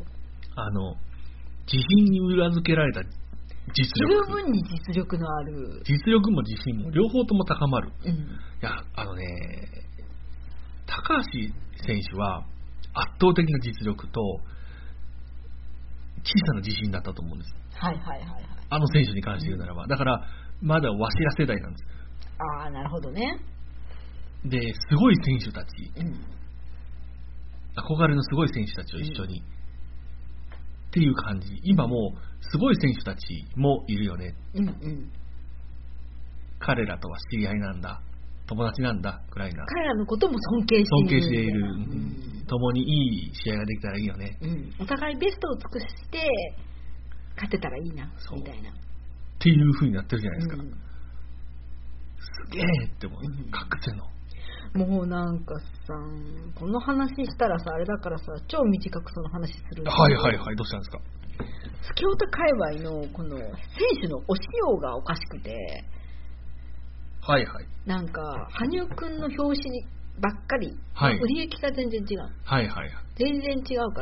自信に裏付けられた実力、 十分に実力のある、 実力も自信も両方とも高まる。いや高橋選手は圧倒的な実力と小さな自信だったと思うんです。 はいはいはいはい。 あの選手に関して言うならば、だからまだわしら世代なんです。 ああ、なるほどね。 で、すごい選手たち、憧れのすごい選手たちを一緒に、っていう感じ。今もうすごい選手たちもいるよね。彼らとは知り合いなんだ、友達なんだくらいな。 彼らのことも尊敬している。 共にいい試合ができたらいいよね。 お互いベストを尽くして勝てたらいいなみたいな。 っていう風になってるじゃないですか。すげえって思う。隠せの。 もうなんかさ、この話したらさ、あれだからさ、超短くその話する。 はいはいはい。どうしたんですか。 スケオタ界隈のこの選手の押しようがおかしくて、 はいはい。 なんか羽生くんの表紙ばっかり、売り行きが全然違う。 はいはいはい。 全然違うから、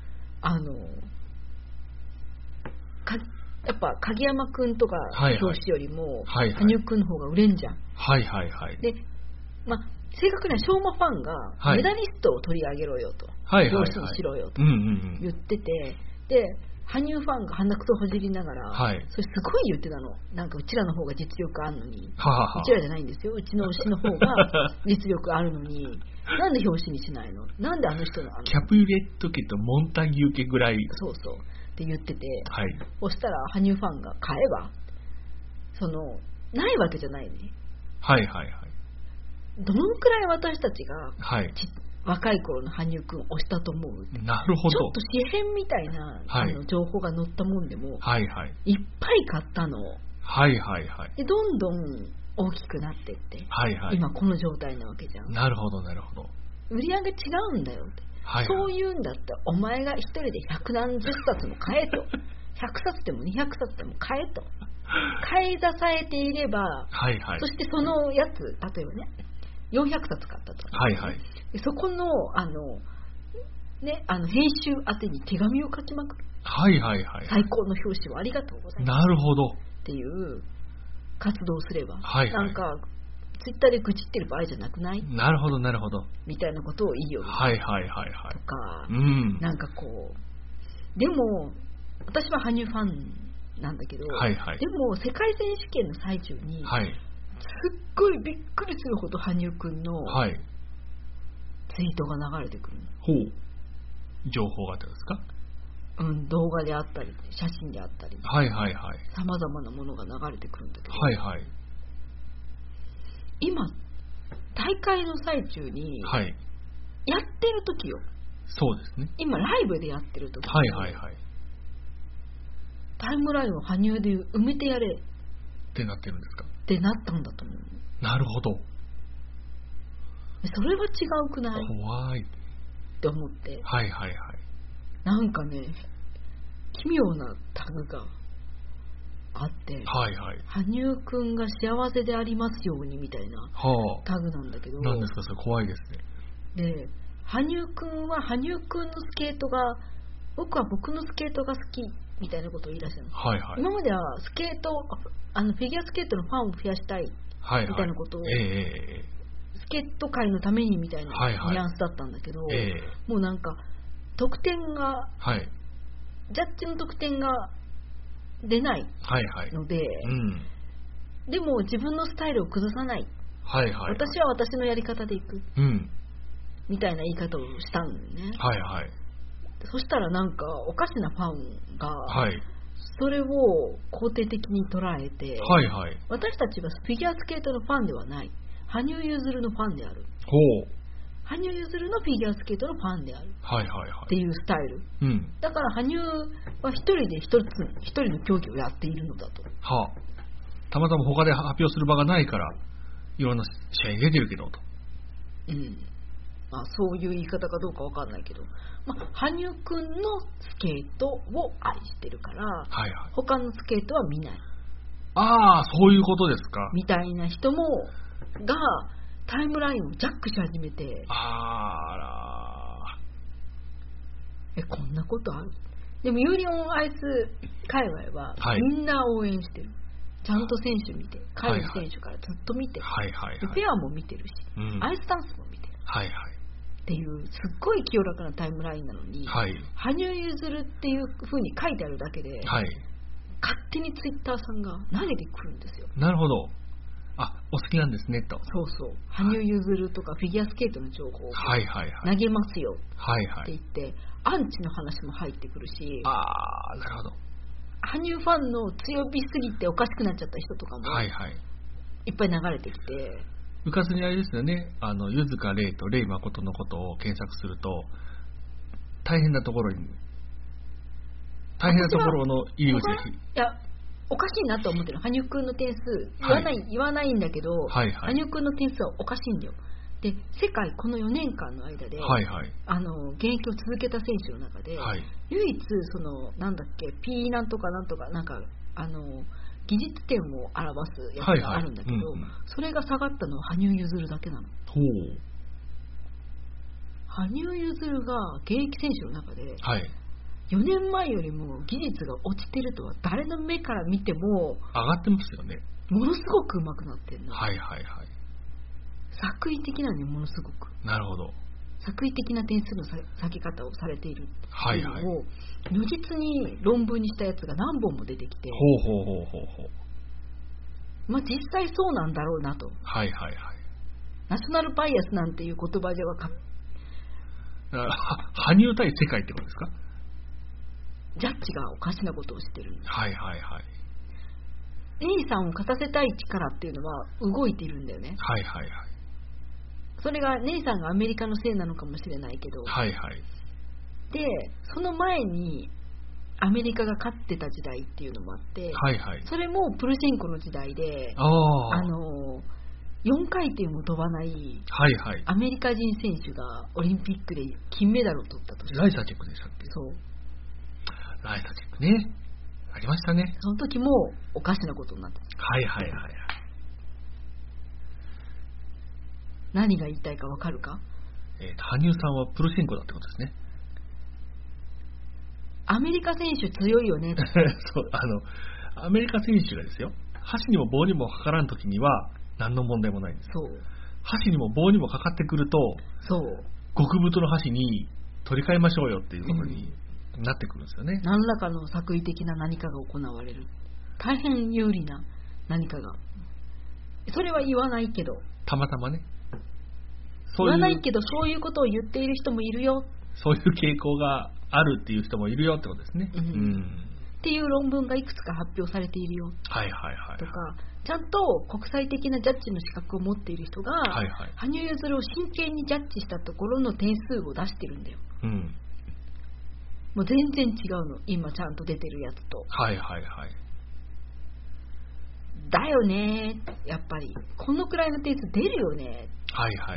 やっぱ鍵山くんとか表紙よりも羽生くんの方が売れんじゃん。 はいはいはい。 で、正確には昌磨ファンがメダリストを取り上げろよと、表紙にしろよと言ってて、で羽生ファンが鼻くそほじりながら、それすごい言ってたの。なんかうちらの方が実力あるのに、うちらじゃないんですよ、うちの推しの方が実力あるのになんで表紙にしないの、なんであの人のキャプレット家とモンタギュー家ぐらい、 そうそうって言ってて、そしたら羽生ファンが買えばないわけじゃないね。 はいはいはい。 どのくらい私たちが、若い頃の羽生くんを推したと思う。 なるほど。 ちょっと紙片みたいな、情報が載ったもんでも、いっぱい買ったの。でどんどん大きくなってって、今この状態なわけじゃん。 なるほどなるほど。 売り上げ違うんだよって、そういうんだってお前が一人で百何十冊も買えと100冊でも200冊でも買えと買い支えていれば、そしてそのやつ例えばね400冊買ったと、でそこの編集宛てに手紙を書きまくる。最高の表紙をありがとうございます。 なるほど。 っていう活動をすれば、なんかツイッターで愚痴ってる場合じゃなくない？ なるほどなるほど。 みたいなことを言いよる。とか、なんかこう、でも私は羽生ファンなんだけど、でも世界選手権の最中に、すっごいびっくりするほど羽生くんのツイートが流れてくる。 情報があったんですか？ 動画であったり写真であったり、 はいはいはい、 さまざまなものが流れてくるんだけど、 はいはい、 今大会の最中にやってる時よ、 そうですね、 今ライブでやってる時、 はいはいはい、 タイムラインを羽生で埋めてやれってなってるんですか？ ってなったんだと思う。 なるほど。 それは違うくない？ 怖いって思って、 はいはいはい、 なんかね、奇妙なタグがあって、 はいはい、 羽生くんが幸せでありますようにみたいなタグなんだけど、 なんですかそれ？怖いですね。 で、羽生くんは羽生くんのスケートが、僕は僕のスケートが好きみたいなことを言い出したの、 はいはい、 今まではスケート、フィギュアスケートのファンを増やしたいみたいなことを、スケート界のためにみたいなニュアンスだったんだけど、もうなんか得点が、ジャッジの得点が出ないので、でも自分のスタイルを崩さない、私は私のやり方でいく、みたいな言い方をしたんだよね。そしたらなんかおかしなファンが、それを肯定的に捉えて、私たちはフィギュアスケートのファンではない、羽生結弦のファンである、羽生結弦のフィギュアスケートのファンであるっていうスタイル、だから羽生は一人で一人の競技をやっているのだと、 たまたま他で発表する場がないからいろんな試合に出てるけどと、 そういう言い方かどうかわかんないけど、羽生くんのスケートを愛してるから、他のスケートは見ない、 そういうことですか、 みたいな人もがタイムラインをジャックし始めて、こんなことある。でもユーリオンアイス界隈はみんな応援してる、ちゃんと選手見て、カイ選手からずっと見てる、ペアも見てるし、アイスダンスも見てる、っていうすっごい清らかなタイムラインなのに、羽生結弦っていう風に書いてあるだけで、勝手にツイッターさんが投げてくるんですよ。 なるほど、お好きなんですねと。 羽生結弦とかフィギュアスケートの情報を投げますよって言って、アンチの話も入ってくるし、 なるほど、 羽生ファンの強火すぎておかしくなっちゃった人とかもいっぱい流れてきて、 うかつにあれですよね、柚香玲と玲誠のことを検索すると大変なところの入り口です。 いや、おかしいなと思ってる。羽生くんの点数言わないんだけど、羽生くんの点数はおかしいんだよ。で、世界この4年間の間で、現役を続けた選手の中で、唯一そのなんだっけ P なんとかなんとかなんか技術点を表すやつがあるんだけど、それが下がったのは羽生結弦だけなの。羽生結弦が現役選手の中で、4年前よりも技術が落ちてるとは誰の目から見ても上がってますよね。 ものすごく上手くなってるの。作為的なのにものすごく。 なるほど。 作為的な点数の下げ方をされているっていうのを如実に論文にしたやつが何本も出てきて、実際そうなんだろうなと。ナショナルバイアスなんていう言葉では羽生対世界ってことですか？ ジャッジがおかしなことをしてる。ネイさんを勝たせたい力っていうのは動いているんだよね。それがネイさんがアメリカのせいなのかもしれないけど、でその前にアメリカが勝ってた時代っていうのもあって、それもプルシェンコの時代で、4回転も飛ばない、アメリカ人選手がオリンピックで金メダルを取ったとして、 ライサチェックでしたっけ？ライサチェックね、ありましたね。 その時もおかしなことになってた。何が言いたいか分かるか？ 羽生さんはプルシェンコだってことですね。 アメリカ選手強いよね。 アメリカ選手がですよ、箸にも棒にもかからん時には何の問題もないんです。箸にも棒にもかかってくると、極太の箸に取り替えましょうよっていうことになってくるんですよね。 何らかの作為的な何かが行われる。大変有利な何かが。それは言わないけど。 たまたまね。 言わないけどそういうことを言っている人もいるよ。 そういう傾向があるっていう人もいるよってことですね。 っていう論文がいくつか発表されているよ。 はいはいはい。 とか、ちゃんと国際的なジャッジの資格を持っている人が、はいはい、羽生結弦を真剣にジャッジしたところの点数を出してるんだよ。もう全然違うの、今ちゃんと出てるやつと。 はいはいはい。 だよね、やっぱりこのくらいの点数出るよね。 はいはい。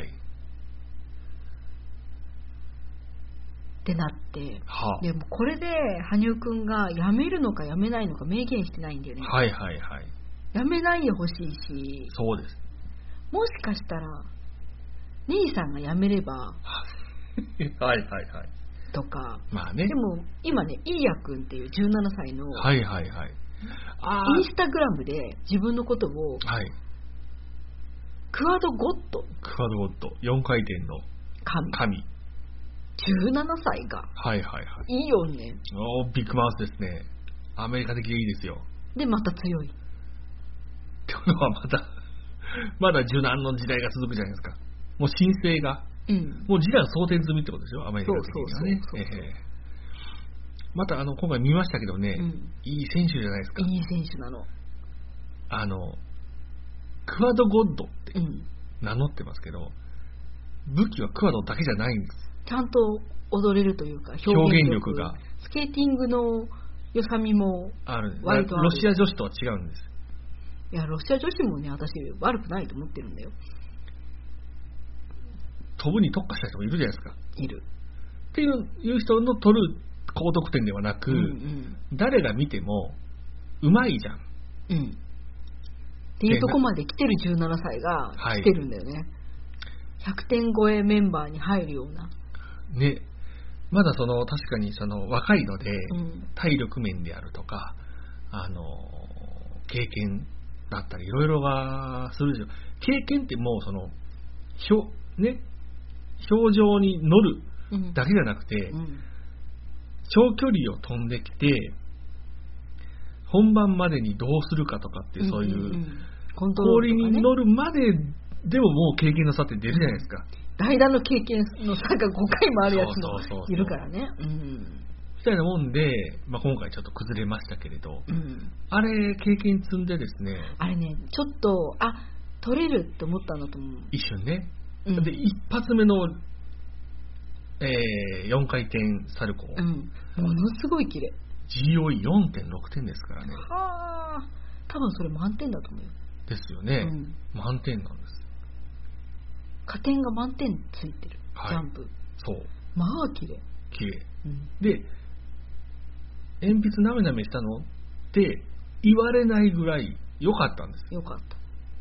ってなって、でもこれで羽生くんが辞めるのか辞めないのか明言してないんだよね。 はいはいはい。 辞めないでほしいし、 そうです。 もしかしたら兄さんが辞めればはいはいはいとか、 まあね、 でも今ね、イーヤくんっていう17歳の、 はいはいはい、 インスタグラムで自分のことを、 はい、 クワドゴッド、 4回転の神 17歳が、 はいはいはい、 いいよね。 ビッグマウスですね。アメリカ的でいいですよ。 でまた強いってことはまだ柔軟の時代が続くじゃないですか。もう新星が、もう時代は想定済みってことでしょ、アメリカ的にはね。また今回見ましたけどね、いい選手じゃないですか。 いい選手なの。 クワドゴッドって名乗ってますけど、武器はクワドだけじゃないんです。 ちゃんと踊れるというか、 表現力が、 スケーティングの良さみもある。ロシア女子とは違うんです。 いや、ロシア女子もね、私悪くないと思ってるんだよ。 飛ぶに特化した人もいるじゃないですか。 いるっていう人の取る高得点ではなく、誰が見てもうまいじゃん、っていうとこまで来てる17歳が来てるんだよね、100点超えメンバーに入るようなね。まだ確かに若いので、体力面であるとか経験だったりいろいろはするじゃん。経験ってもう表情に乗るだけじゃなくて、長距離を飛んできて本番までにどうするかとかっていう、そういう氷に乗るまででももう経験の差って出るじゃないですか。 代打の経験の差が5回もあるやつもいるからね。 みたいなもんで、今回ちょっと崩れましたけれど、あれ経験積んでですね、 あれね、ちょっと取れるって思ったんだと思う。 一瞬ね。で一発目の、4回転サルコー、 ものすごい綺麗。 GOE4.6 点ですからね。 多分それ満点だと思うよ。 ですよね、満点なんです。 加点が満点ついてる、ジャンプ。 そう、 まあ綺麗。 で、鉛筆なめなめしたのって言われないぐらい良かったんです。 良かった。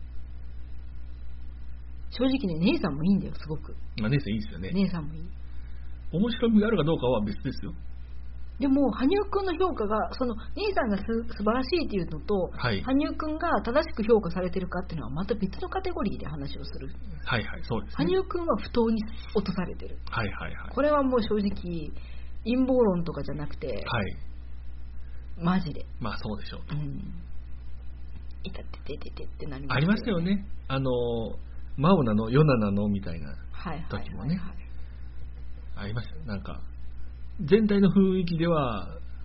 正直ね、姉さんもいいんだよ、すごく。 姉さんいいですよね。 姉さんもいい。 面白みがあるかどうかは別ですよ。 でも羽生くんの評価が、姉さんが素晴らしいっていうのと、羽生くんが正しく評価されてるかっていうのはまた別のカテゴリーで話をする。 そうですね。 羽生くんは不当に落とされてる。これはもう正直陰謀論とかじゃなくて、マジで。 まあそうでしょうと。 いたってててってなりますよね。 ありましたよね。マオなのヨナなのみたいな時もね、ありました。なんか全体の雰囲気では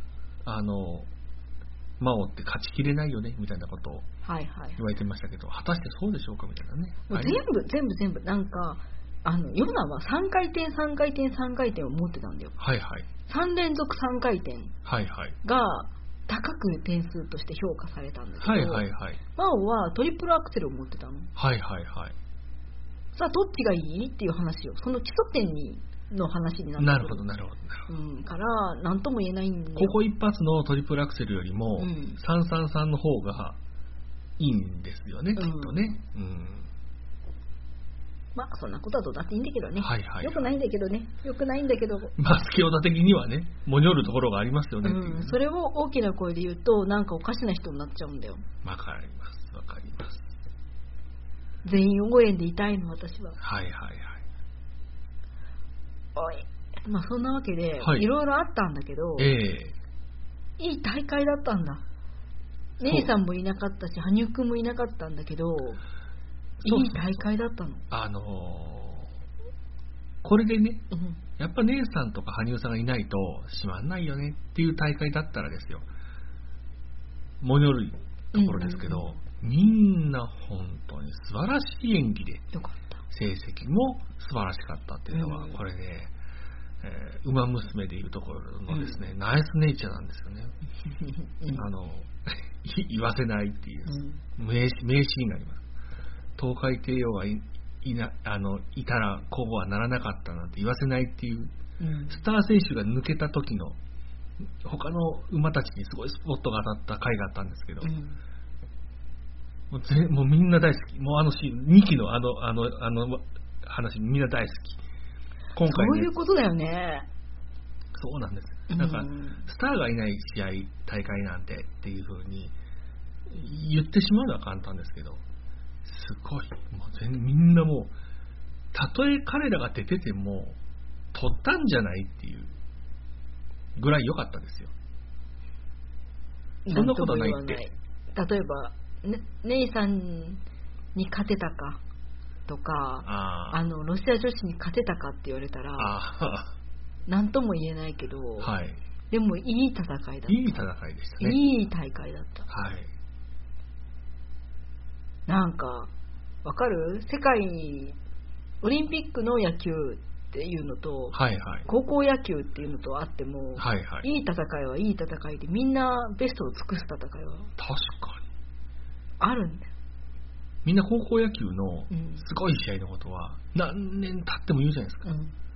マオって勝ちきれないよねみたいなことを言われてましたけど、果たしてそうでしょうかみたいなね。 もう全部なんかヨナは3回転3回転3回転を持ってたんだよ。3連続3回転が高く点数として評価されたんだけど、マオはトリプルアクセルを持ってたの。さあどっちがいいっていう話を、その基礎点の話になってくる。 なるほど。 から何とも言えないんで、 ここ一発のトリプルアクセルよりも、333の方がいいんですよね、きっとね。 まあそんなことはどうだっていいんだけどね。よくないんだけどね。よくないんだけど。 スケオタ的にはね、もにょるところがありますよね。 それを大きな声で言うと、なんかおかしな人になっちゃうんだよ。 わかります。 全員応援でいたいの、私は。そんなわけで、いろいろあったんだけど、いい大会だったんだ。姉さんもいなかったし、羽生くんもいなかったんだけど、いい大会だったの。 これでね、 やっぱ姉さんとか羽生さんがいないと閉まんないよねっていう大会だったらですよ、もよるところですけど、みんな本当に素晴らしい演技で、成績も素晴らしかったっていうのは、これね、ウマ娘でいうところのですね、ナイスネイチャーなんですよね。言わせないっていう名シーンがあります。東海帝王がいたらこうはならなかったなんて言わせないっていう、スター選手が抜けた時の他の馬たちにすごいスポットが当たった回があったんですけど、もうみんな大好き。もうあのシーン、2期のあの話みんな大好き。今回、ね、 そういうことだよね。 そうなんです。なんか、スターがいない試合、大会なんてっていう風に言ってしまうのは簡単ですけど、すごい、もうみんなもう、たとえ彼らが出てても、取ったんじゃないっていうぐらい良かったですよ。そんなことはないって。 例えば、ネイさんに勝てたかとか、ロシア女子に勝てたかって言われたら、なんとも言えないけど、はい、でもいい戦いだった。いい戦いでしたね。いい大会だった。はい。なんかわかる？世界オリンピックの野球っていうのと、はいはい、高校野球っていうのとあっても、はいはい、いい戦いはいい戦いで、みんなベストを尽くす戦いは確かにあるんだよ。 みんな高校野球のすごい試合のことは何年経っても言うじゃないですか。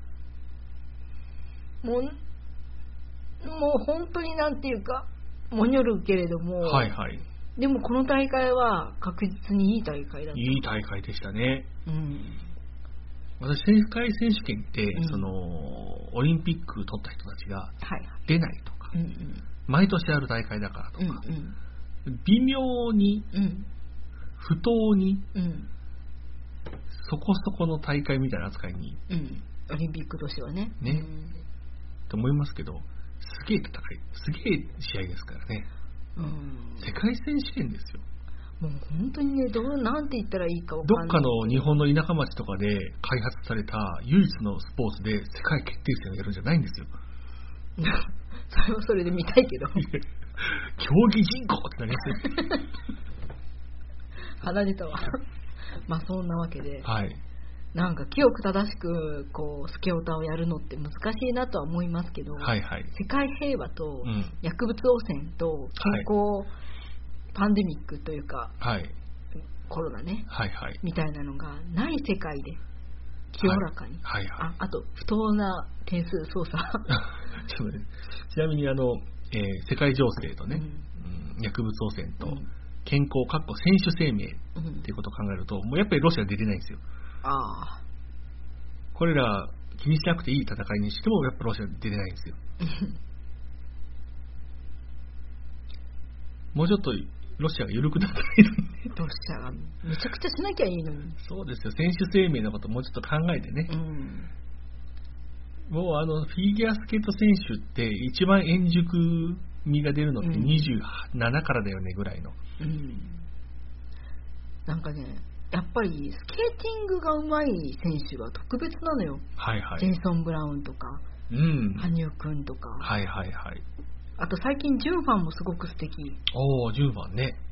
もう本当になんていうかもにょるけれども、はいはい、でもこの大会は確実にいい大会だった。 いい大会でしたね。私世界選手権って、そのオリンピック取った人たちが出ないとか、毎年ある大会だからとか、微妙に、不当に、そこそこの大会みたいな扱いに、 オリンピック年はねと思いますけど、すげえ戦い、すげえ試合ですからね。世界選手権ですよ。 もう本当にね、なんて言ったらいいか分かんない。 どっかの日本の田舎町とかで開発された唯一のスポーツで世界決定戦をやるんじゃないんですよ。 それはそれで見たいけど。 競技人口ってなりますよ。 鼻出たわ。まあそんなわけで、 はい、 なんか清く正しくこうスケオタをやるのって難しいなとは思いますけど、はいはい、世界平和と薬物汚染と健康、パンデミックというか、はい、コロナね、はいはい、みたいなのがない世界で清らかに、はいはいはい、あと不当な点数操作ちなみに世界情勢とね、薬物汚染と健康選手生命っていうことを考えると、もうやっぱりロシア出れないんですよ。これら気にしなくていい戦いにしてもやっぱロシア出れないんですよ。もうちょっとロシアが緩くなったらいいのに。 ロシアがめちゃくちゃしなきゃいいのに。 そうですよ。選手生命のこともうちょっと考えてね。もうフィギュアスケート選手って一番円熟味が出るのって27からだよねぐらいの。 なんかね、やっぱりスケーティングが上手い選手は特別なのよ。はいはい。ジェイソン・ブラウンとか、羽生くんとか。はいはいはい。あと最近ジュンファンもすごく素敵。 ジュンファンね。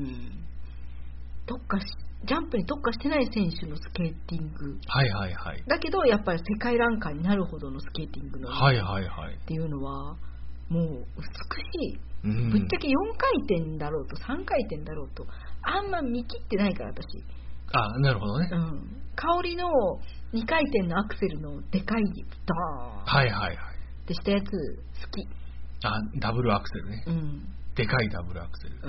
ジャンプに特化してない選手のスケーティング。 はいはいはい。 だけどやっぱり世界ランカーになるほどのスケーティングの。 はいはいはい。 っていうのはもう美しい。ぶっちゃけ4回転だろうと3回転だろうとあんま見切ってないから私。 なるほどね。 香りの2回転のアクセルのでかいドーン。はいはいはい。ってしたやつ好き。 ダブルアクセルね。でかいダブルアクセル。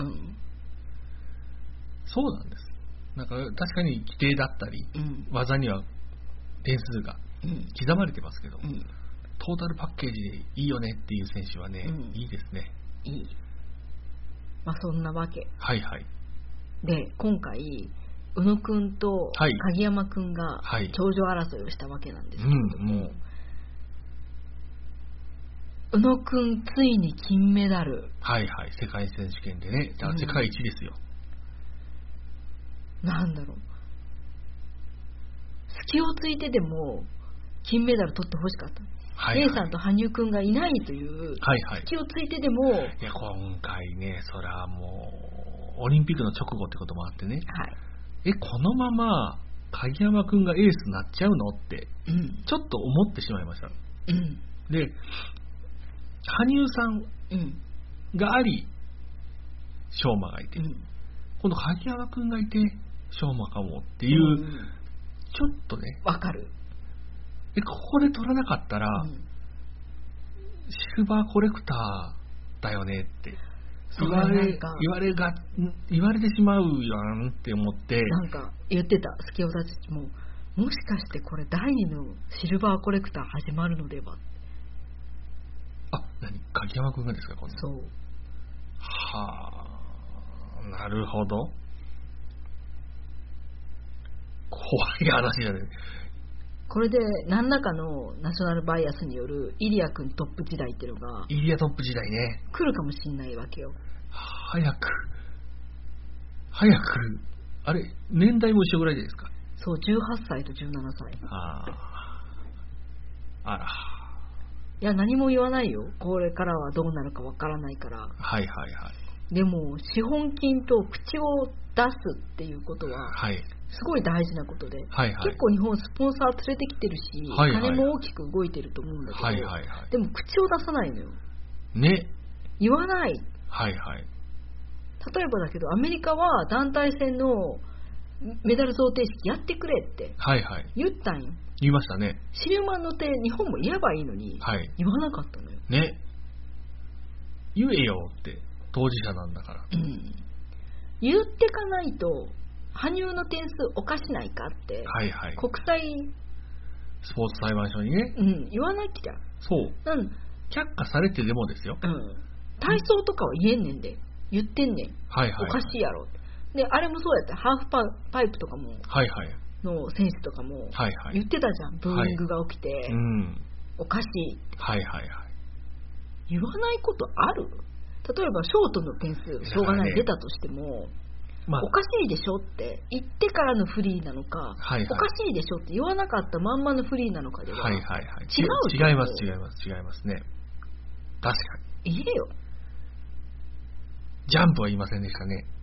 そうなんです。なんか確かに規定だったり、技には点数が刻まれてますけど、トータルパッケージでいいよねっていう選手はね、いいですね。いい。 まあそんなわけ。 はいはい。 で、今回宇野くんと鍵山くんが頂上争いをしたわけなんですけれども、宇野くんついに金メダル。 はいはい、世界選手権でね。だから世界一ですよ。 なんだろう、隙をついてでも金メダル取ってほしかった。 はいはい、 姉さんと羽生くんがいないという気をついてでも、 いや今回ね、それはもうオリンピックの直後ってこともあってね、このまま鍵山くんがエースになっちゃうのって、ちょっと思ってしまいました。で、羽生さんがあり、翔馬がいて、今度鍵山くんがいて翔馬かもっていう、ちょっとね、 わかる。 ここで取らなかったら、シルバーコレクターだよねって言われてしまうやんって思って、 なんか言ってたスケオたちも、もしかしてこれ第2のシルバーコレクター始まるのでは。 何、鍵山くんがですか、今度。 そう。 はあ、なるほど。怖い話だね。 これで何らかのナショナルバイアスによるイリア君トップ時代っていうのが、 イリアトップ時代ね、 来るかもしれないわけよ。 早くあれ、年代も一緒ぐらいですか。 そう、18歳と17歳。 あら。 いや、何も言わないよ。これからはどうなるかわからないから。でも資本金と口を出すっていうことは、すごい大事なことで、結構日本スポンサー連れてきてるし、金も大きく動いてると思うんだけど、でも口を出さないのよ。 ね。 言わない。例えばだけど、アメリカは団体戦のメダル贈呈式やってくれって言ったんよ。 言いましたね。 シルマンの手、日本も言えばいいのに、言わなかったのよ。 ね。言えよって、当事者なんだから。 言ってかないと、羽生の点数おかしないかって、国際スポーツ裁判所にね、 言わなきゃ。 そう。却下されてでもですよ。 体操とかは言えんねんで、言ってんねん。おかしいやろ。で、あれもそうやった。ハーフパイプとかも、の選手とかも言ってたじゃん。ブーイングが起きて、おかしい。言わないことある？例えばショートの点数しょうがない出たとしても、おかしいでしょって言ってからのフリーなのか、おかしいでしょって言わなかったまんまのフリーなのかでは、違いますね。確かに。 言えよ。 ジャンプは言いませんでしたね。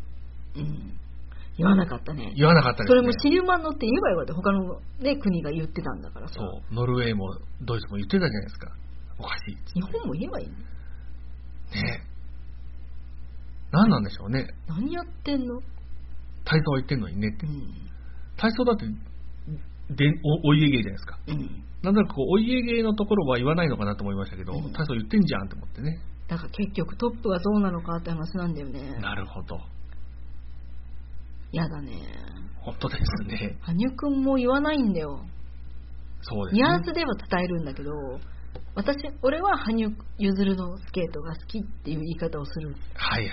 言わなかったね。 言わなかったですね。 それもシルマン乗って言えばよかった。他の、ね、国が言ってたんだからさ。 そう、ノルウェーもドイツも言ってたじゃないですか。おかしい。 日本も言えばいいね。 何なんでしょうね。 何やってんの？ 体操は言ってんのにねって。体操だってお家芸じゃないですか。なんだかこうお家芸のところは言わないのかなと思いましたけど、体操言ってんじゃんって思ってね。 だから結局トップはどうなのかって話なんだよね。 なるほど。 やだね。 本当ですね。 羽生くんも言わないんだよ。 そうですね。 ニュアンスでは伝えるんだけど、俺は羽生結弦のスケートが好きっていう言い方をする。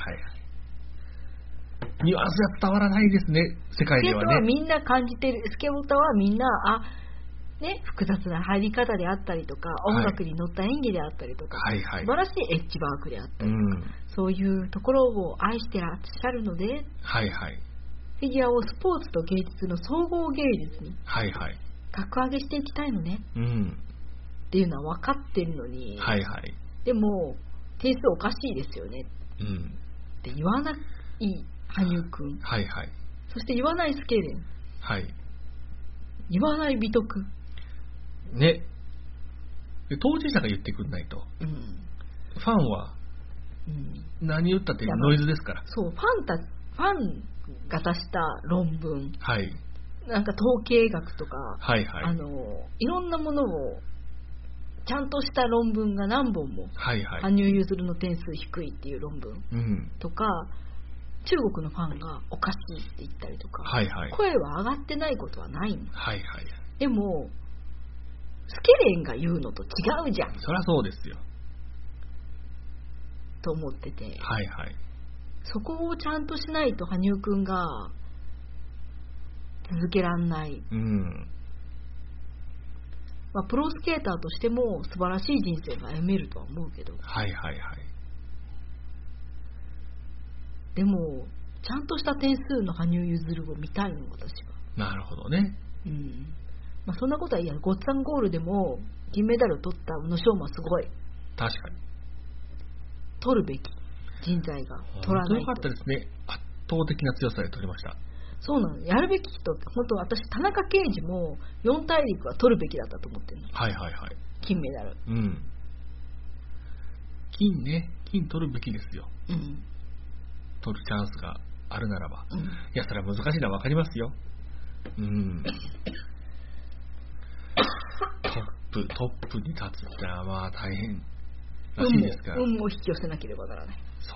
ニュアンスは伝わらないですね、世界ではね。 スケートはみんな感じてる。スケボーはみんな複雑な入り方であったりとか、音楽に乗った演技であったりとか、素晴らしいエッジワークであったりとか、そういうところを愛してらっしゃるので、フィギュアをスポーツと芸術の総合芸術に格上げしていきたいのね、っていうのは分かってるのに、でも点数おかしいですよね、って言わない羽生くん、そして言わないスケーレン、言わない美徳ね。当事者が言ってくんないと、ファンは何言ったってノイズですから。 そう、ファンが出した論文、なんか統計学とか、いろんなものをちゃんとした論文が何本も、羽生結弦の点数低いっていう論文とか、中国のファンがおかしいって言ったりとか、声は上がってないことはないの。でもスケレンが言うのと違うじゃん。 そりゃそうですよと思ってて、そこをちゃんとしないと羽生くんが続けらんない、プロスケーターとしても素晴らしい人生が歩めるとは思うけど、でもちゃんとした点数の羽生結弦を見たいの、私は。 なるほどね。 まあ、そんなことはいいや。ゴッツァンゴールでも銀メダルを取った宇野昌磨すごい。 確かに。 取るべき人材が取らないと。 本当よかったですね。圧倒的な強さで取りました。 そうなの。やるべき人って本当私田中圭司も4大陸は取るべきだったと思ってるの。 はいはいはい。 金メダル。 うん。金取るべきですよ。 うん。 取るチャンスがあるならば。 うん、いや、それは難しいのは分かりますよ。うん。トップに立つってのはまあ大変らしいですから。 運も引き寄せなければならない。 そう。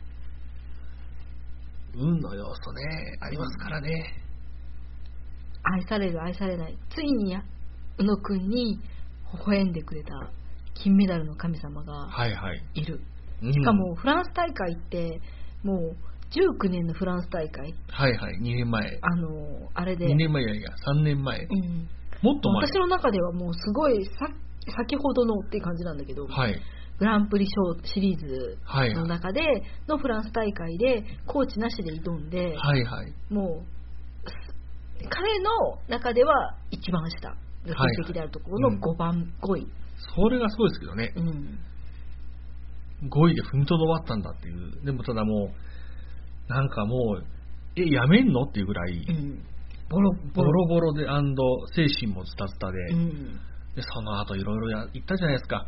運の要素ね、ありますからね。 愛される愛されない。ついに宇野くんに微笑んでくれた金メダルの神様がいる。 はいはい。 しかもフランス大会ってもう19年のフランス大会。 はいはい、2年前。 あれで。 2年前や3年前。うん。もっと前。 私の中ではもうすごい先ほどのっていう感じなんだけど。 はい。 グランプリシリーズの中でのフランス大会でコーチなしで挑んで、 はいはい、 もう彼の中では一番下の成績であるところの5位。 それがすごいですけどね、うん、5位で踏みとどまったんだっていう。でもただもうなんかもうやめんのっていうぐらい、うん、ボロボロで精神もズタズタで、うん、でその後いろいろ言ったじゃないですか。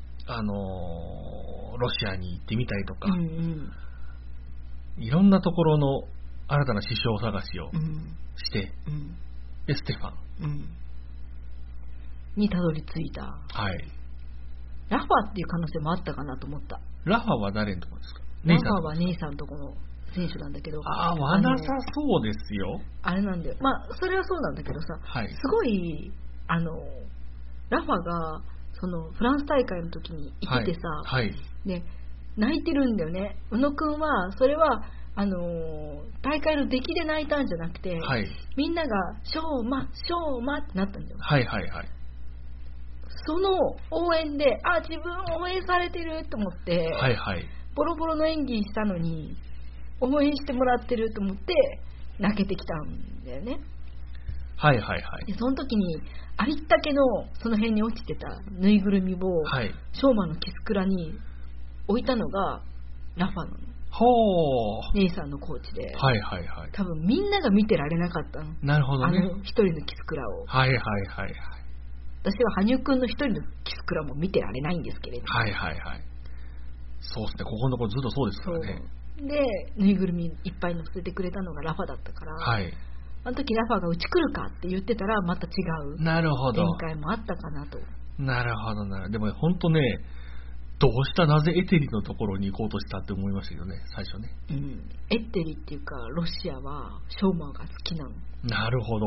ロシアに行ってみたりとか、うんうん、いろんなところの新たな師匠探しをして、うん、でステファン、うん、 にたどり着いた。 はい。 ラファっていう可能性もあったかなと思った。 ラファは誰のところですか？ ラファは姉さんのところの選手なんだけど。 はなさそうですよ。 あれなんだよ。まあそれはそうなんだけどさ、はい、すごいラファがそのフランス大会の時に行っててさ、はいはい、で泣いてるんだよね。宇野くんはそれは大会の出来で泣いたんじゃなくて、はい、みんながしょうまってなったんだよ。 はいはいはい。 その応援で自分応援されてると思って、はいはい、ボロボロの演技したのに応援してもらってると思って泣けてきたんだよね。 はいはいはい。 でその時にありったけのその辺に落ちてたぬいぐるみを、はい、ショーマのキスクラに置いたのがラファなの。 ほう。 姉さんのコーチで。 はいはいはい。 多分みんなが見てられなかったの。 なるほどね。 一人のキスクラを。 はいはいはいはい。 私は羽生くんの一人のキスクラも見てられないんですけれども。 はいはいはい。そうですね。ここのところずっとそうですからね。 でぬいぐるみいっぱい乗せてくれたのがラファだったから。はい。あの時ラファがうち来るかって言ってたらまた違う展開もあったかなと。 なるほどな。でも本当ね、どうしたなぜエテリのところに行こうとしたって思いましたけどね、最初ね。 うん。エテリっていうかロシアはショーマンが好きなの。 なるほど。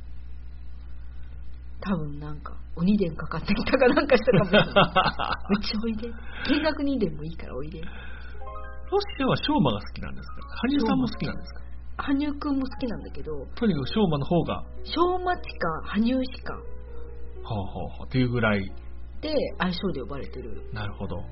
多分なんか鬼伝かかってきたかなんかしたかもしれない。うちおいで。見学にでもいいからおいで。 ロシアはショーマンが好きなんですか？羽生さんも好きなんですか？ 羽生くんも好きなんだけど、 とにかくショーマの方がショーマチか羽生しかっていうぐらいで愛称で呼ばれてる。 なるほど、うん、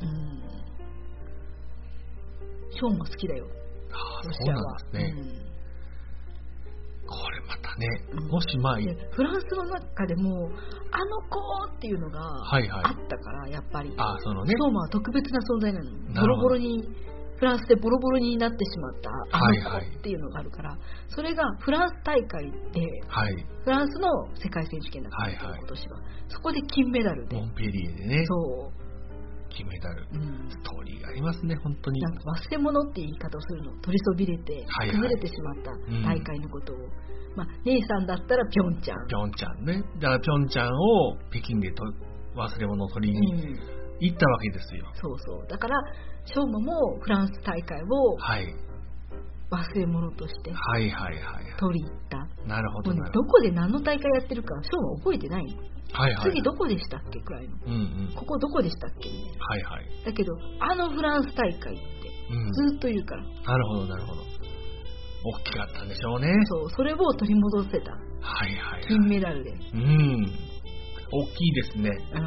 ショーマ好きだよ。 そうなんですね、うん、これまたね、うん、もしフランスの中でも子っていうのがあったから、はいはい、やっぱりそのね、 ショーマは特別な存在なの。ボロボロにフランスでボロボロになってしまった子っていうのがあるから、はいはい、それがフランス大会で、はい、フランスの世界選手権だったんですけど、はいはい、今年はそこで金メダルでモンペリエでね、 そう金メダル、うん、ストーリーがありますね。本当になんか忘れ物っていう言い方をするの。取りそびれて崩れてしまった大会のことを、まあ、姉さんだったらピョンチャンね。だからピョンチャンを北京で忘れ物を取りに行ったわけですよ、 うん、そうそう。だからショーマもフランス大会を忘れ物として取り入った。 なるほど。 どこで何の大会やってるかショーマ覚えてないの。 はいはい、 次どこでしたっけくらいの、うんうん、ここどこでしたっけみたいな、はいはい、だけどフランス大会ってずっと言うから、うん、 なるほどなるほど。大きかったんでしょうね。 そう、それを取り戻せた、はいはいはい、金メダルで、 うん、大きいですね、うん、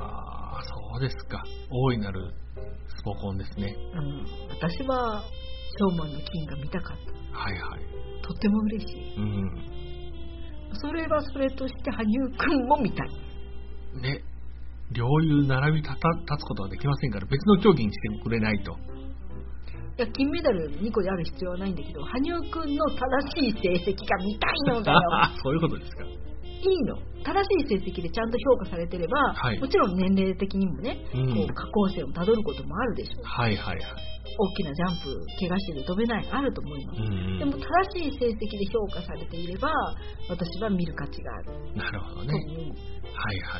はあ、そうですか。大いなるスポコンですね、 うん、私はーマンの金が見たかった。 はいはい。 とっても嬉しい。 うん。 それはそれとして羽生くんも見たい。 ね。両雄並び立つことはできませんから、別の競技にしてくれないと。 いや、金メダル2個である必要はないんだけど、羽生くんの正しい成績が見たいのだよ。 そういうことですか。 いいの。正しい成績でちゃんと評価されてれば、はい、もちろん年齢的にもね、こう下降線をたどることもあるでしょう。 はいはいはい。 大きなジャンプ、怪我してて飛べない、あると思います。でも正しい成績で評価されていれば、私は見る価値がある。 なるほどね。はいはいはい。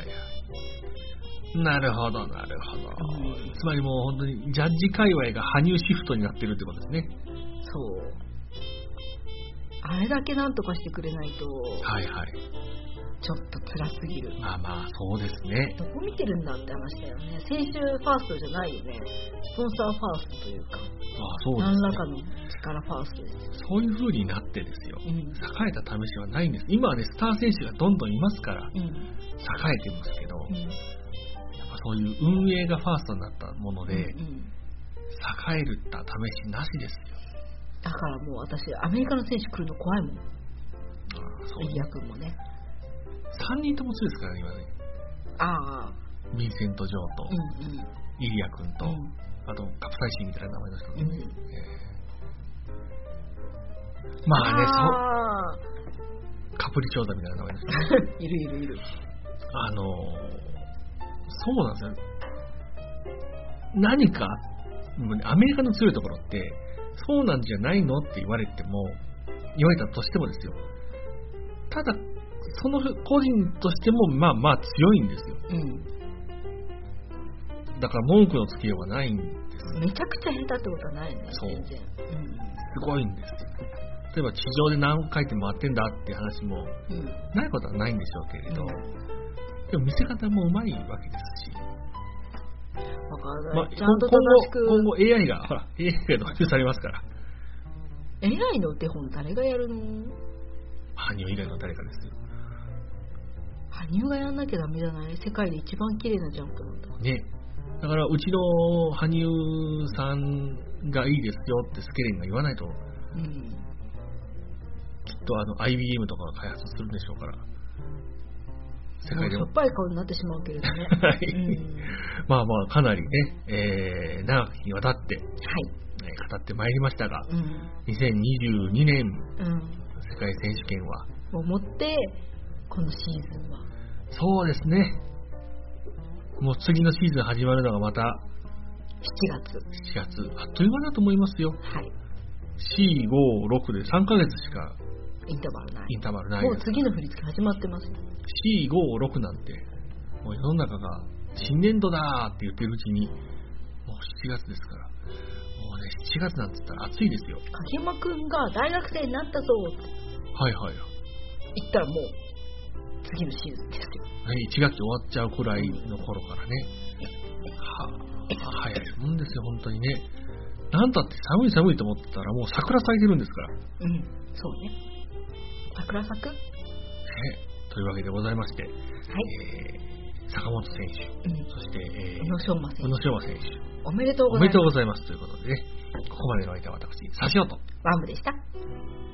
なるほどなるほど。つまりもう本当にジャッジ界隈が羽生シフトになってるってことですね。 そう。あれだけなんとかしてくれないと。はいはい。ちょっと辛すぎる。 まあまあそうですね。 どこ見てるんだって話だよね。選手ファーストじゃないよね。スポンサーファーストというか。 そうですね。 何らかの力ファーストです。 そういう風になってですよ。栄えた試しはないんです。今はねスター選手がどんどんいますから、栄えてますけど、やっぱそういう運営がファーストになったもので、栄えるった試しなしですよ。 だからもう私アメリカの選手来るの怖いもん。イリア君もね。 3人とも強いですからね、今ね。ヴィンセント・ジョーと、イリア君と、あとカプサイシンみたいな名前の人ね。まあね、カプリチョーザみたいな名前の人ね。 いる。 そうなんですよ。何か、アメリカの強いところって、そうなんじゃないのって言われたとしてもですよ。ただ、その個人としてもまあまあ強いんですよ。だから文句のつけようがないんです。 めちゃくちゃ下手ってことはないね。 そう。すごいんですよ。例えば地上で何回転回ってんだっていう話も、ないことはないんでしょうけれど、でも見せ方もうまいわけですし。 わかんない。ちゃんと正しく。 今後 AI が導入されますから。 AI のお手本誰がやるの？ 羽生以外の誰かですよ。 羽生がやんなきゃダメじゃない？世界で一番綺麗なジャンプなんだ。 ね。だからうちの羽生さんがいいですよってスケレンが言わないと、きっとIBM とかが開発するんでしょうから。 世界でもしょっぱい顔になってしまうけれどね。 はい。まあまあかなりね、長きにわたって、語ってまいりましたが、2022年、世界選手権はをもってこのシーズンはそうですね。もう次のシーズン始まるのがまた 7月。 あっという間だと思いますよ。 はい。 4、5、6で3ヶ月しかインターバルない。 もう次の振り付け始まってます。 4、5、6なんてもう世の中が新年度だーって言ってるうちにもう7月ですから、もうね7月なんて言ったら暑いですよ。 影山くんが大学生になったぞってはいはい言ったらもう次のシーズンですよ。 1学期終わっちゃうくらいの頃からね。早いもんですよ本当にね。なんだって寒いと思ってたらもう桜咲いてるんですから。 そうね。桜咲く？ というわけでございまして、坂本選手、そして、宇野昌磨選手、 おめでとうございますということでね、ここまでの相手は私、サシオとワンブでした。